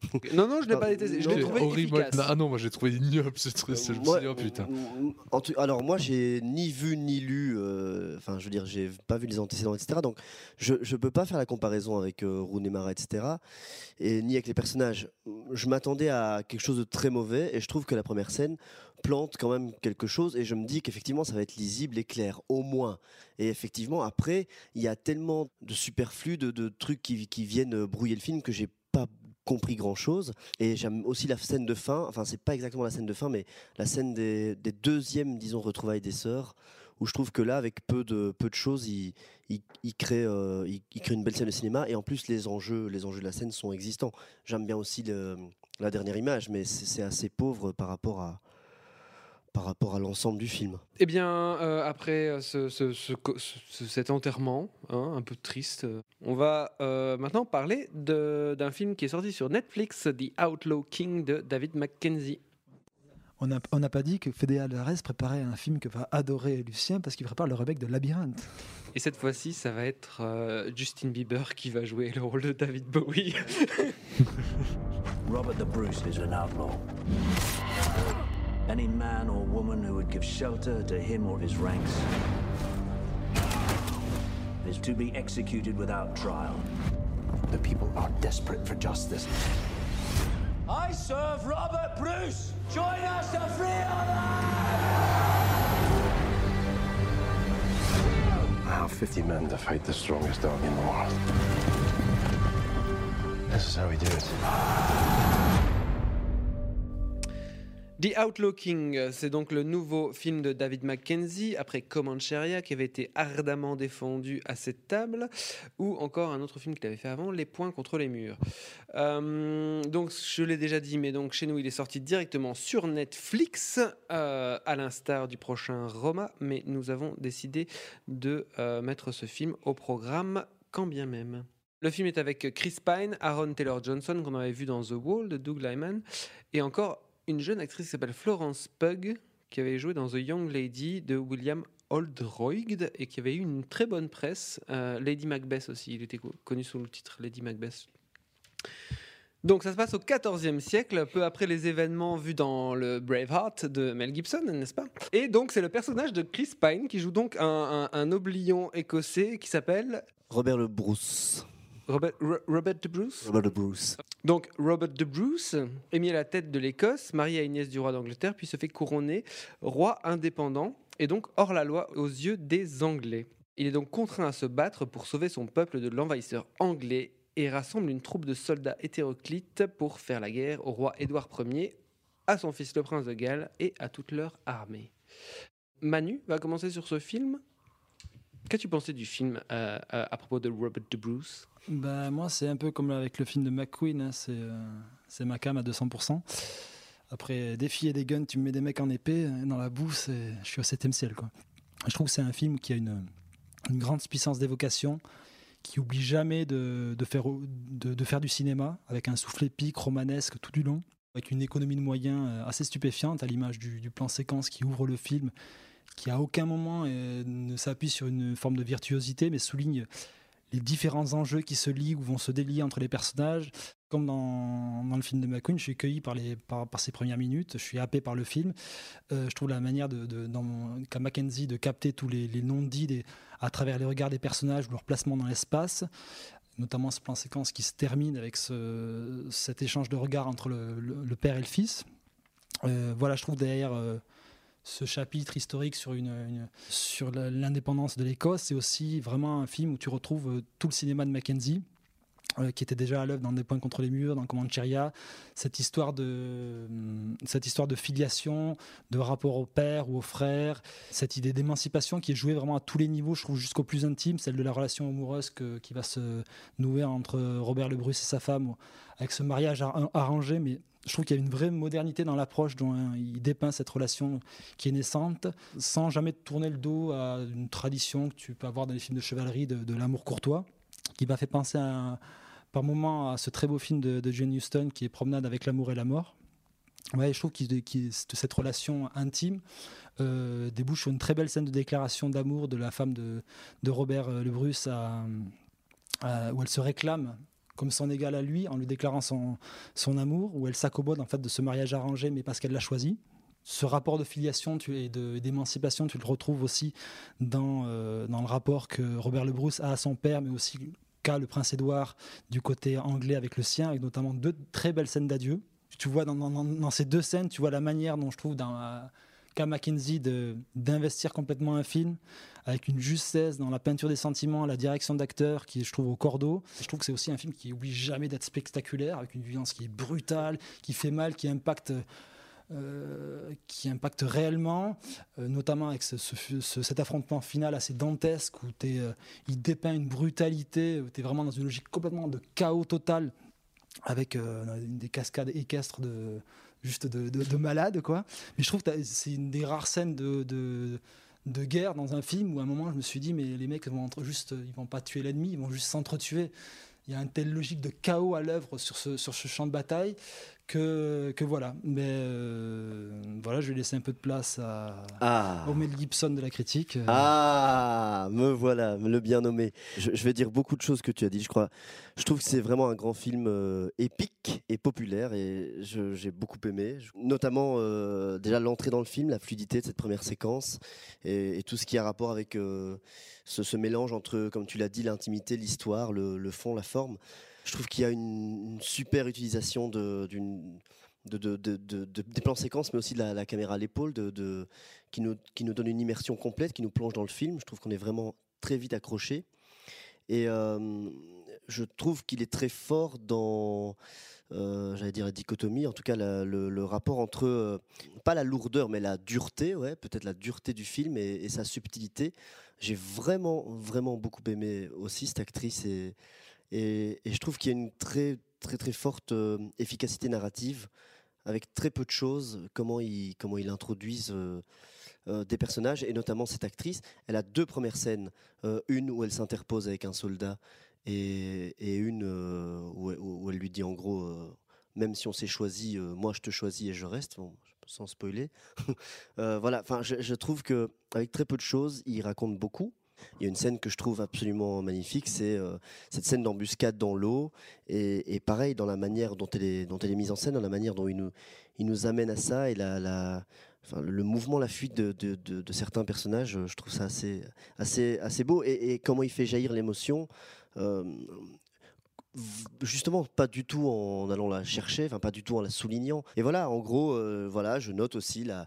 Non, non, je l'ai pas détesté. Je l'ai C'est trouvé horrible. efficace. Ah non, moi j'ai trouvé ignoble ce truc. Je me suis Moi, dit, oh putain. en tout- alors moi j'ai ni vu ni lu, euh, enfin je veux dire j'ai pas vu les antécédents et cetera. Donc je je peux pas faire la comparaison avec euh, Rooney Mara et cetera. Et ni avec les personnages. Je m'attendais à quelque chose de très mauvais et je trouve que la première scène plante quand même quelque chose et je me dis qu'effectivement ça va être lisible et clair au moins. Et effectivement après il y a tellement de superflu, de, de trucs qui, qui viennent brouiller le film que j'ai pas compris grand chose. Et j'aime aussi la scène de fin, enfin c'est pas exactement la scène de fin mais la scène des, des deuxièmes disons retrouvailles des sœurs où je trouve que là avec peu de, peu de choses il, il, il, crée, euh, il, il crée une belle scène de cinéma et en plus les enjeux, les enjeux de la scène sont existants. J'aime bien aussi le, la dernière image mais c'est, c'est assez pauvre par rapport à par rapport à l'ensemble du film. Eh bien, euh, après ce, ce- ce co- ce- cet enterrement, hein, un peu triste, euh, on va euh, maintenant parler de- d'un film qui est sorti sur Netflix, The Outlaw King de David Mackenzie. On n'a on n'a pas dit que Fede Alvarez préparait un film que va adorer Lucien parce qu'il prépare le remake de Labyrinthe. Et cette fois-ci, ça va être euh, Justin Bieber qui va jouer le rôle de David Bowie. Robert the Bruce is an outlaw. Any man or woman who would give shelter to him or his ranks is to be executed without trial. The people are desperate for justice. I serve Robert Bruce! Join us to free honor! I have fifty men to fight the strongest dog in the world. This is how we do it. The Outlaw King, c'est donc le nouveau film de David Mackenzie, après Comancheria, qui avait été ardemment défendu à cette table, ou encore un autre film qu'il avait fait avant, Les Poings contre les murs. Euh, donc, je l'ai déjà dit, mais donc chez nous, il est sorti directement sur Netflix, euh, à l'instar du prochain Roma, mais nous avons décidé de euh, mettre ce film au programme, quand bien même. Le film est avec Chris Pine, Aaron Taylor-Johnson, qu'on avait vu dans The Wall, de Doug Liman, et encore une jeune actrice qui s'appelle Florence Pugh, qui avait joué dans The Young Lady de William Oldroyd et qui avait eu une très bonne presse. Euh, Lady Macbeth aussi, il était co- connu sous le titre Lady Macbeth. Donc ça se passe au quatorzième siècle, peu après les événements vus dans le Braveheart de Mel Gibson, n'est-ce pas? Et donc c'est le personnage de Chris Pine qui joue donc un, un, un oblion écossais qui s'appelle Robert le Bruce. Robert, Ro- Robert de Bruce. Robert le Bruce. Donc Robert de Bruce est mis à la tête de l'Écosse, marié à Inès du roi d'Angleterre, puis se fait couronner roi indépendant et donc hors la loi aux yeux des Anglais. Il est donc contraint à se battre pour sauver son peuple de l'envahisseur anglais et rassemble une troupe de soldats hétéroclites pour faire la guerre au roi Édouard Ier, à son fils le prince de Galles et à toute leur armée. Manu va commencer sur ce film. Qu'as-tu pensé du film euh, euh, à propos de Robert de Bruce? Bah, moi, c'est un peu comme avec le film de McQueen, hein, c'est, euh, c'est ma cam à deux cents pour cent. Après, des filles et des guns, tu me mets des mecs en épée, dans la boue, c'est, je suis au septième ciel, quoi. Je trouve que c'est un film qui a une, une grande puissance d'évocation, qui oublie jamais de, de, faire, de, de faire du cinéma, avec un souffle épique, romanesque tout du long, avec une économie de moyens assez stupéfiante, à l'image du, du plan séquence qui ouvre le film, qui à aucun moment euh, ne s'appuie sur une forme de virtuosité, mais souligne les différents enjeux qui se lient ou vont se délier entre les personnages. Comme dans, dans le film de McQueen, je suis cueilli par, les, par, par ses premières minutes, je suis happé par le film. Euh, je trouve la manière de, de, dans mon, qu'a Mackenzie de capter tous les, les non-dits des, à travers les regards des personnages ou leur placement dans l'espace, notamment ce plan séquence qui se termine avec ce, cet échange de regards entre le, le, le père et le fils. Euh, voilà, je trouve derrière... Euh, ce chapitre historique sur, une, une, sur l'indépendance de l'Écosse, c'est aussi vraiment un film où tu retrouves tout le cinéma de Mackenzie, euh, qui était déjà à l'œuvre dans Des Poings contre les murs, dans Comancheria, cette histoire de, cette histoire de filiation, de rapport au père ou au frère, cette idée d'émancipation qui est jouée vraiment à tous les niveaux, je trouve jusqu'au plus intime, celle de la relation amoureuse que, qui va se nouer entre Robert le Bruce et sa femme, avec ce mariage ar- arrangé, mais je trouve qu'il y a une vraie modernité dans l'approche dont hein, il dépeint cette relation qui est naissante, sans jamais tourner le dos à une tradition que tu peux avoir dans les films de chevalerie de, de l'amour courtois, qui m'a fait penser à, par moments à ce très beau film de, de Jane Austen qui est Promenade avec l'amour et la mort. Ouais, je trouve que cette relation intime euh, débouche sur une très belle scène de déclaration d'amour de la femme de, de Robert le Bruce, à, à, où elle se réclame comme son égal à lui en lui déclarant son, son amour, où elle s'accommode en fait de ce mariage arrangé, mais parce qu'elle l'a choisi. Ce rapport de filiation tu, et de, d'émancipation, tu le retrouves aussi dans, euh, dans le rapport que Robert Le Bruce a à son père, mais aussi qu'a le prince Édouard du côté anglais avec le sien, avec notamment deux très belles scènes d'adieu. Tu vois dans, dans, dans ces deux scènes, tu vois la manière dont je trouve dans euh, qu'a Mackenzie de, d'investir complètement un film, avec une justesse dans la peinture des sentiments, la direction d'acteur qui est, je trouve, au cordeau. Je trouve que c'est aussi un film qui n'oublie jamais d'être spectaculaire, avec une violence qui est brutale, qui fait mal, qui impacte... Euh, qui impacte réellement, euh, notamment avec ce, ce, ce, cet affrontement final assez dantesque où t'es, euh, il dépeint une brutalité, où tu es vraiment dans une logique complètement de chaos total, avec euh, une des cascades équestres de, juste de, de, de malade, quoi. Mais je trouve que c'est une des rares scènes de, de, de guerre dans un film où à un moment je me suis dit mais les mecs vont entre juste, ils vont pas tuer l'ennemi, ils vont juste s'entretuer. Il y a une telle logique de chaos à l'œuvre sur ce, sur ce champ de bataille que, que voilà. Mais euh, voilà, je vais laisser un peu de place à, ah. au Mel Gibson de la critique. Ah, me voilà, le bien nommé. Je, je vais dire beaucoup de choses que tu as dit, je crois. Je trouve que c'est vraiment un grand film euh, épique et populaire et je, j'ai beaucoup aimé. Notamment euh, déjà l'entrée dans le film, la fluidité de cette première séquence et, et tout ce qui a rapport avec euh, ce, ce mélange entre, comme tu l'as dit, l'intimité, l'histoire, le, le fond, la forme. Je trouve qu'il y a une, une super utilisation de, d'une, de, de, de, de, de, des plans séquences, mais aussi de la, la caméra à l'épaule, de, de, qui, nous, qui nous donne une immersion complète, qui nous plonge dans le film. Je trouve qu'on est vraiment très vite accroché. Et euh, je trouve qu'il est très fort dans, euh, j'allais dire la dichotomie, en tout cas la, le, le rapport entre, euh, pas la lourdeur, mais la dureté, ouais, peut-être la dureté du film et, et sa subtilité. J'ai vraiment, vraiment beaucoup aimé aussi cette actrice et Et, et je trouve qu'il y a une très, très, très forte euh, efficacité narrative avec très peu de choses, comment ils, comment ils introduisent euh, euh, des personnages, et notamment cette actrice. Elle a deux premières scènes, euh, une où elle s'interpose avec un soldat et, et une euh, où, où elle lui dit en gros, euh, même si on s'est choisi, euh, moi je te choisis et je reste, bon, sans spoiler. euh, voilà, enfin, je, je trouve qu'avec très peu de choses, il raconte beaucoup. Il y a une scène que je trouve absolument magnifique, c'est euh, cette scène d'embuscade dans l'eau, et, et pareil dans la manière dont elle est, dont elle est mise en scène, dans la manière dont il nous, il nous amène à ça, et la, la, enfin, le mouvement, la fuite de, de, de, de certains personnages, je trouve ça assez, assez, assez beau, et, et comment il fait jaillir l'émotion. Euh, justement pas du tout en allant la chercher, enfin pas du tout en la soulignant. Et voilà, en gros, euh, voilà, je note aussi la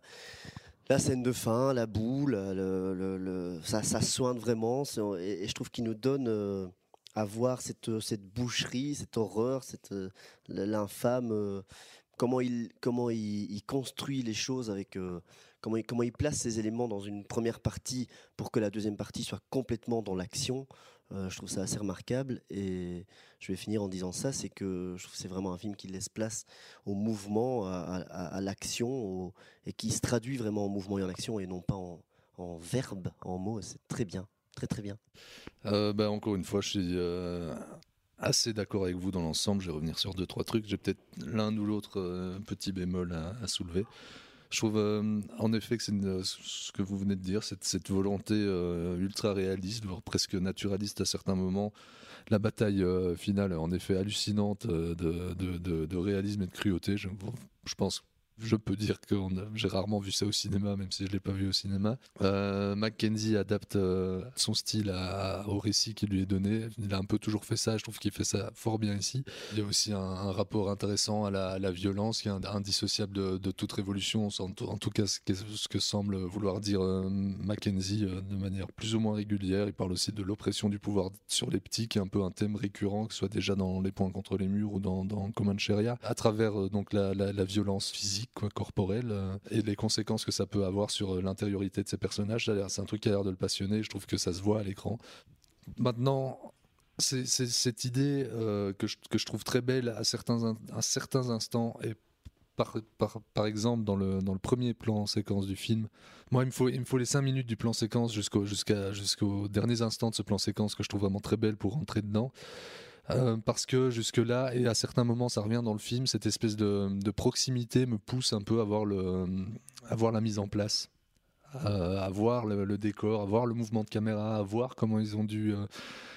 La scène de fin, la boue, le, le, le, ça, ça soigne vraiment, et, et je trouve qu'il nous donne euh, à voir cette, cette boucherie, cette horreur, cette, euh, l'infâme, euh, comment, il, comment il, il construit les choses, avec, euh, comment, il, comment il place ces éléments dans une première partie pour que la deuxième partie soit complètement dans l'action. Euh, je trouve ça assez remarquable, et je vais finir en disant ça, c'est que je trouve que c'est vraiment un film qui laisse place au mouvement, à, à, à l'action, au, et qui se traduit vraiment en mouvement et en action et non pas en, en verbe, en mots. C'est très bien, très très bien. Euh, bah, encore une fois, je suis euh, assez d'accord avec vous dans l'ensemble. Je vais revenir sur deux, trois trucs. J'ai peut-être l'un ou l'autre euh, petit bémol à, à soulever. Je trouve euh, en effet que c'est une, ce que vous venez de dire, cette, cette volonté euh, ultra réaliste, voire presque naturaliste à certains moments. La bataille euh, finale est en effet hallucinante euh, de, de, de, de réalisme et de cruauté. Je, je pense je peux dire que on a, j'ai rarement vu ça au cinéma, même si je ne l'ai pas vu au cinéma. Euh, Mackenzie adapte euh, son style à, au récit qui lui est donné. Il a un peu toujours fait ça, je trouve qu'il fait ça fort bien ici. Il y a aussi un, un rapport intéressant à la, à la violence qui est indissociable de, de toute révolution, en tout, en tout cas ce que, ce que semble vouloir dire euh, Mackenzie euh, de manière plus ou moins régulière. Il parle aussi de l'oppression du pouvoir sur les petits, qui est un peu un thème récurrent, que ce soit déjà dans Les Points contre les murs ou dans, dans Comancheria, à travers euh, donc la, la, la violence physique, quoi, corporelle, euh, et les conséquences que ça peut avoir sur euh, l'intériorité de ces personnages. C'est un truc qui a l'air de le passionner, je trouve que ça se voit à l'écran. Maintenant, c'est, c'est cette idée euh, que, je, que je trouve très belle à certains, à certains instants, et par, par, par exemple dans le, dans le premier plan séquence du film, moi il me faut, il me faut les cinq minutes du plan séquence jusqu'au, jusqu'à, jusqu'aux derniers instants de ce plan séquence que je trouve vraiment très belle pour rentrer dedans. Euh, parce que jusque-là, et à certains moments ça revient dans le film, cette espèce de, de proximité me pousse un peu à voir, le, à voir la mise en place, euh, à voir le, le décor, à voir le mouvement de caméra, à voir comment ils ont dû euh,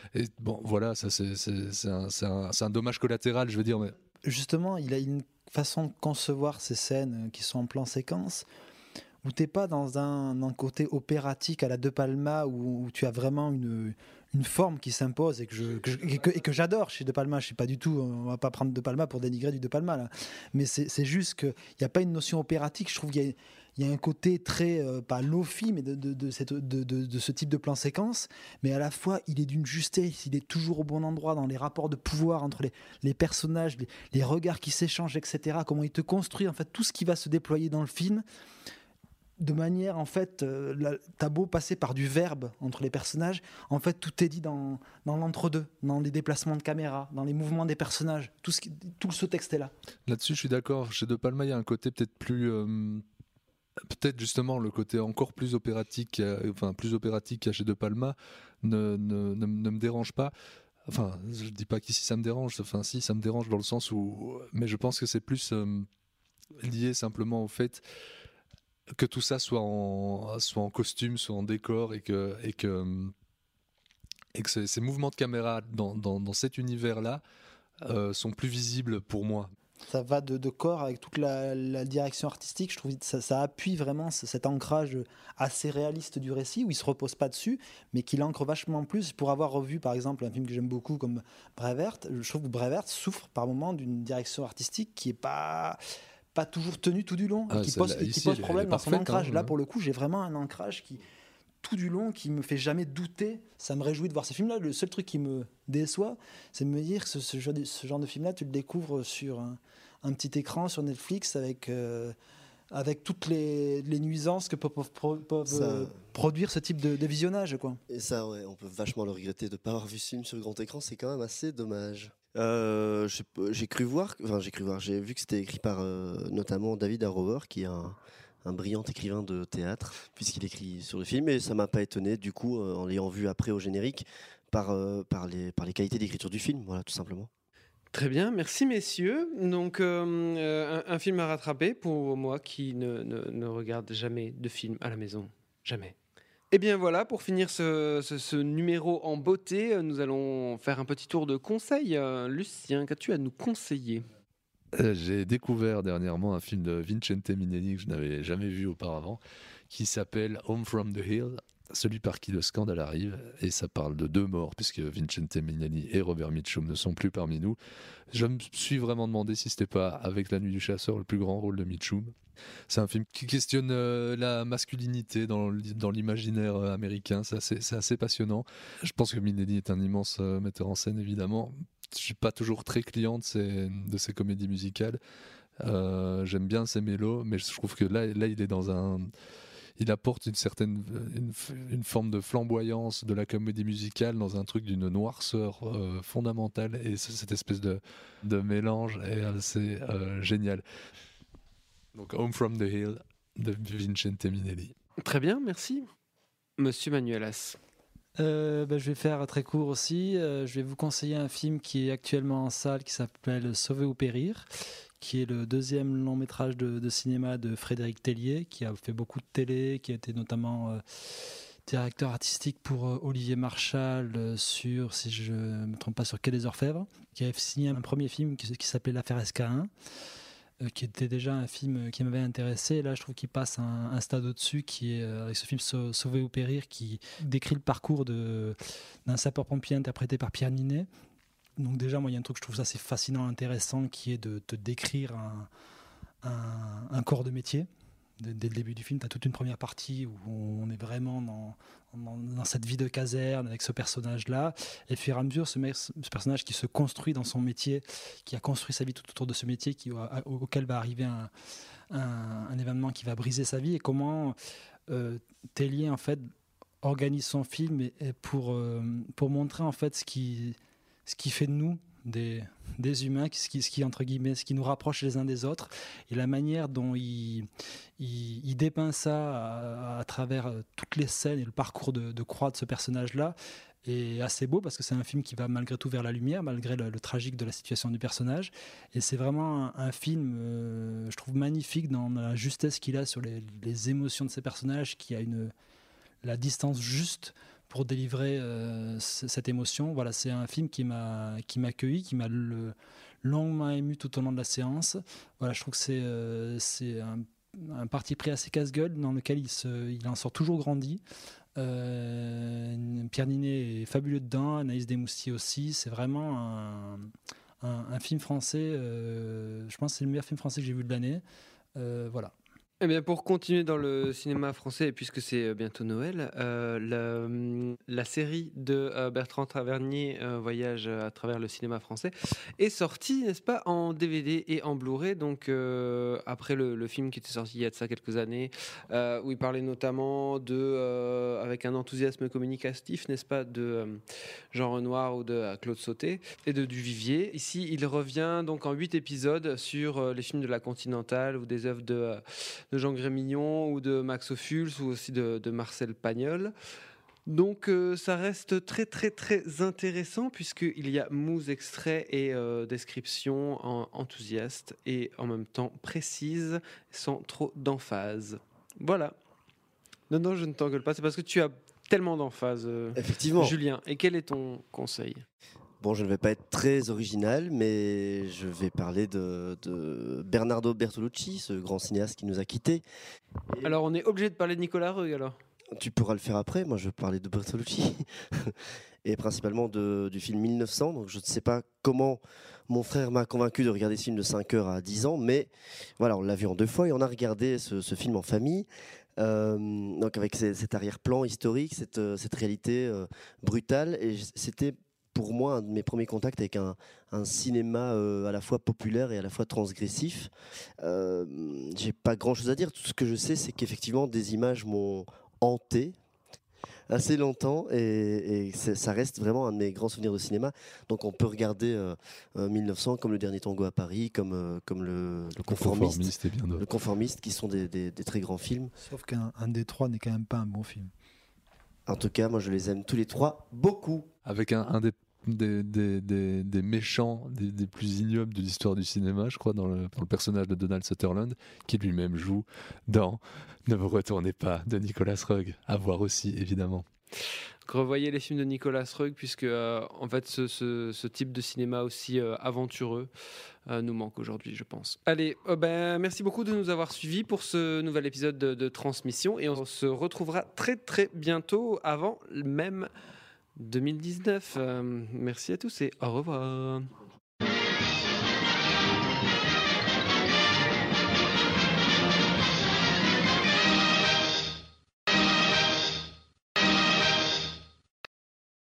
Et bon, voilà, ça c'est, c'est, c'est, un, c'est, un, c'est un dommage collatéral, je veux dire. Mais... Justement, il a une façon de concevoir ces scènes qui sont en plan séquence où t'es pas dans un, un côté opératique à la De Palma où, où tu as vraiment une, une forme qui s'impose et que, je, que, je, et que, et que j'adore chez De Palma. Je sais pas du tout, on va pas prendre De Palma pour dénigrer du De Palma là, mais c'est, c'est juste qu'il n'y a pas une notion opératique. Je trouve qu'il y a, il y a un côté très, euh, pas lofi, mais de, de, de, cette, de, de, de ce type de plan séquence, mais à la fois il est d'une justesse, il est toujours au bon endroit dans les rapports de pouvoir entre les, les personnages, les, les regards qui s'échangent, et cetera. Comment il te construit en fait tout ce qui va se déployer dans le film. De manière, en fait, euh, la, t'as beau passer par du verbe entre les personnages, en fait, tout est dit dans, dans l'entre-deux, dans les déplacements de caméra, dans les mouvements des personnages, tout, ce qui, tout ce texte est là. Là-dessus, je suis d'accord. Chez De Palma, il y a un côté peut-être plus... Euh, peut-être justement le côté encore plus opératique, euh, enfin plus opératique qu'il y a chez De Palma, ne, ne, ne, ne me dérange pas. Enfin, je ne dis pas qu'ici ça me dérange, enfin si, ça me dérange dans le sens où... Mais je pense que c'est plus euh, lié simplement au fait... que tout ça soit en, soit en costume, soit en décor, et que, et que, et que ces, ces mouvements de caméra dans, dans, dans cet univers-là euh, sont plus visibles pour moi. Ça va de, de corps avec toute la, la direction artistique. Je trouve que ça, ça appuie vraiment cet ancrage assez réaliste du récit, où il ne se repose pas dessus, mais qu'il ancre vachement plus. Pour avoir revu, par exemple, un film que j'aime beaucoup comme Braveheart, je trouve que Braveheart souffre par moments d'une direction artistique qui n'est pas... pas toujours tenu tout du long, ah, et qui pose, là, et qui ici, pose problème dans son ancrage. Hein, là, pour le coup, j'ai vraiment un ancrage qui, tout du long, qui me fait jamais douter. Ça me réjouit de voir ces films-là. Le seul truc qui me déçoit, c'est de me dire que ce, ce, genre, de, ce genre de film-là, tu le découvres sur un, un petit écran, sur Netflix, avec, euh, avec toutes les, les nuisances que peuvent, peuvent ça... euh, produire ce type de, de visionnage, quoi. Et ça, ouais, on peut vachement le regretter de ne pas avoir vu ce film sur grand écran. C'est quand même assez dommage. Euh, j'ai, j'ai cru voir, enfin j'ai cru voir, j'ai vu que c'était écrit par euh, notamment David Harrower, qui est un, un brillant écrivain de théâtre, puisqu'il écrit sur le film, et ça m'a pas étonné du coup euh, en l'ayant vu après au générique par euh, par les par les qualités d'écriture du film, voilà tout simplement. Très bien, merci messieurs. Donc euh, un, un film à rattraper pour moi qui ne, ne, ne regarde jamais de film à la maison, jamais. Et eh bien voilà, pour finir ce, ce, ce numéro en beauté, nous allons faire un petit tour de conseils. Euh, Lucien, qu'as-tu à nous conseiller ? euh, J'ai découvert dernièrement un film de Vincente Minnelli que je n'avais jamais vu auparavant, qui s'appelle Home from the Hill, celui par qui le scandale arrive, et ça parle de deux morts, puisque Vincente Minnelli et Robert Mitchum ne sont plus parmi nous. Je me suis vraiment demandé si c'était pas, avec La Nuit du Chasseur, le plus grand rôle de Mitchum. C'est un film qui questionne euh, la masculinité dans, dans l'imaginaire euh, américain. C'est assez, c'est assez passionnant. Je pense que Minnelli est un immense euh, metteur en scène, évidemment. Je suis pas toujours très client de ses, de ses comédies musicales. Euh, j'aime bien ses mélos, mais je trouve que là, là, il est dans un... Il apporte une certaine une, une forme de flamboyance de la comédie musicale dans un truc d'une noirceur euh, fondamentale, et cette espèce de, de mélange est assez euh, génial. Donc Home from the Hill de Vincente Minnelli. Très bien, merci. Monsieur Manuelas. Euh, bah, je vais faire très court aussi. Euh, je vais vous conseiller un film qui est actuellement en salle qui s'appelle Sauver ou périr, qui est le deuxième long métrage de, de cinéma de Frédéric Tellier, qui a fait beaucoup de télé, qui a été notamment euh, directeur artistique pour euh, Olivier Marchal euh, sur, si je ne me trompe pas, sur Quai des Orfèvres, qui a signé un premier film qui, qui s'appelait L'affaire S K un. Euh, qui était déjà un film qui m'avait intéressé. Et là, je trouve qu'il passe un, un stade au-dessus, qui est euh, avec ce film Sau- Sauver ou périr, qui décrit le parcours de, d'un sapeur-pompier interprété par Pierre Ninet. Donc déjà, moi, il y a un truc que je trouve assez fascinant, intéressant, qui est de te décrire un, un, un corps de métier. Dès, dès le début du film, tu as toute une première partie où on est vraiment dans, dans, dans cette vie de caserne avec ce personnage-là. Et au fur et à mesure, ce, ce personnage qui se construit dans son métier, qui a construit sa vie tout autour de ce métier, qui, auquel va arriver un, un, un événement qui va briser sa vie, et comment euh, Tellier en fait organise son film et, et pour, euh, pour montrer en fait ce qui, ce qui fait de nous Des, des humains, ce qui, ce qui, entre guillemets, ce qui nous rapproche les uns des autres, et la manière dont il, il, il dépeint ça à, à travers toutes les scènes et le parcours de, de croix de ce personnage-là est assez beau, parce que c'est un film qui va malgré tout vers la lumière, malgré le, le tragique de la situation du personnage, et c'est vraiment un, un film, euh, je trouve, magnifique dans la justesse qu'il a sur les, les émotions de ces personnages, qui a une, la distance juste pour délivrer euh, c- cette émotion. Voilà, c'est un film qui m'a qui m'a accueilli, qui m'a le, longuement ému tout au long de la séance. Voilà, je trouve que c'est euh, c'est un, un parti pris assez casse-gueule dans lequel il se il en sort toujours grandi. Euh, Pierre Ninet est fabuleux dedans, Anaïs Desmoustiers aussi. C'est vraiment un, un, un film français. Euh, je pense que c'est le meilleur film français que j'ai vu de l'année. Euh, voilà. Eh bien, pour continuer dans le cinéma français, et puisque c'est bientôt Noël, euh, la, la série de euh, Bertrand Tavernier, euh, Voyage à travers le cinéma français, est sortie, n'est-ce pas, en D V D et en Blu-ray. Donc, euh, après le, le film qui était sorti il y a de ça quelques années, euh, où il parlait notamment de, euh, avec un enthousiasme communicatif, n'est-ce pas, de euh, Jean Renoir ou de euh, Claude Sautet et de Duvivier. Ici, il revient donc en huit épisodes sur euh, les films de la Continentale ou des œuvres de euh, de Jean Grémillon ou de Max Ophuls ou aussi de, de Marcel Pagnol. Donc euh, ça reste très très très intéressant puisqu'il y a moult extraits et euh, descriptions en, enthousiastes et en même temps précises sans trop d'emphase. Voilà. Non, non, je ne t'engueule pas, c'est parce que tu as tellement d'emphase, euh, Effectivement. Julien. Et quel est ton conseil ? Bon, je ne vais pas être très original, mais je vais parler de, de Bernardo Bertolucci, ce grand cinéaste qui nous a quittés. Et alors, on est obligé de parler de Nicolas Roeg, alors ? Tu pourras le faire après, moi je vais parler de Bertolucci. Et principalement de, du film mille neuf cents. Donc je ne sais pas comment mon frère m'a convaincu de regarder ce film de cinq heures à dix ans, mais voilà, on l'a vu en deux fois et on a regardé ce, ce film en famille. Euh, donc avec ces, cet arrière-plan historique, cette, cette réalité euh, brutale. Et c'était pour moi un de mes premiers contacts avec un, un cinéma euh, à la fois populaire et à la fois transgressif. Euh, j'ai pas grand chose à dire. Tout ce que je sais, c'est qu'effectivement des images m'ont hanté assez longtemps et, et ça reste vraiment un de mes grands souvenirs de cinéma. Donc on peut regarder euh, euh, mille neuf cents comme Le Dernier Tango à Paris, comme, euh, comme le, le, Conformiste, Conformiste et bien d'autres. Le Conformiste, qui sont des, des, des très grands films. Sauf qu'un un des trois n'est quand même pas un bon film. En tout cas, moi je les aime tous les trois beaucoup. Avec un, un des Des, des, des, des méchants, des, des plus ignobles de l'histoire du cinéma, je crois, dans le, dans le personnage de Donald Sutherland, qui lui-même joue dans Ne vous retournez pas de Nicolas Roeg, à voir aussi, évidemment. Revoyez les films de Nicolas Roeg, puisque euh, en fait, ce, ce, ce type de cinéma aussi euh, aventureux euh, nous manque aujourd'hui, je pense. Allez, euh, ben, merci beaucoup de nous avoir suivis pour ce nouvel épisode de, de Transmission, et on se retrouvera très très bientôt, avant même deux mille dix-neuf. Euh, merci à tous et au revoir.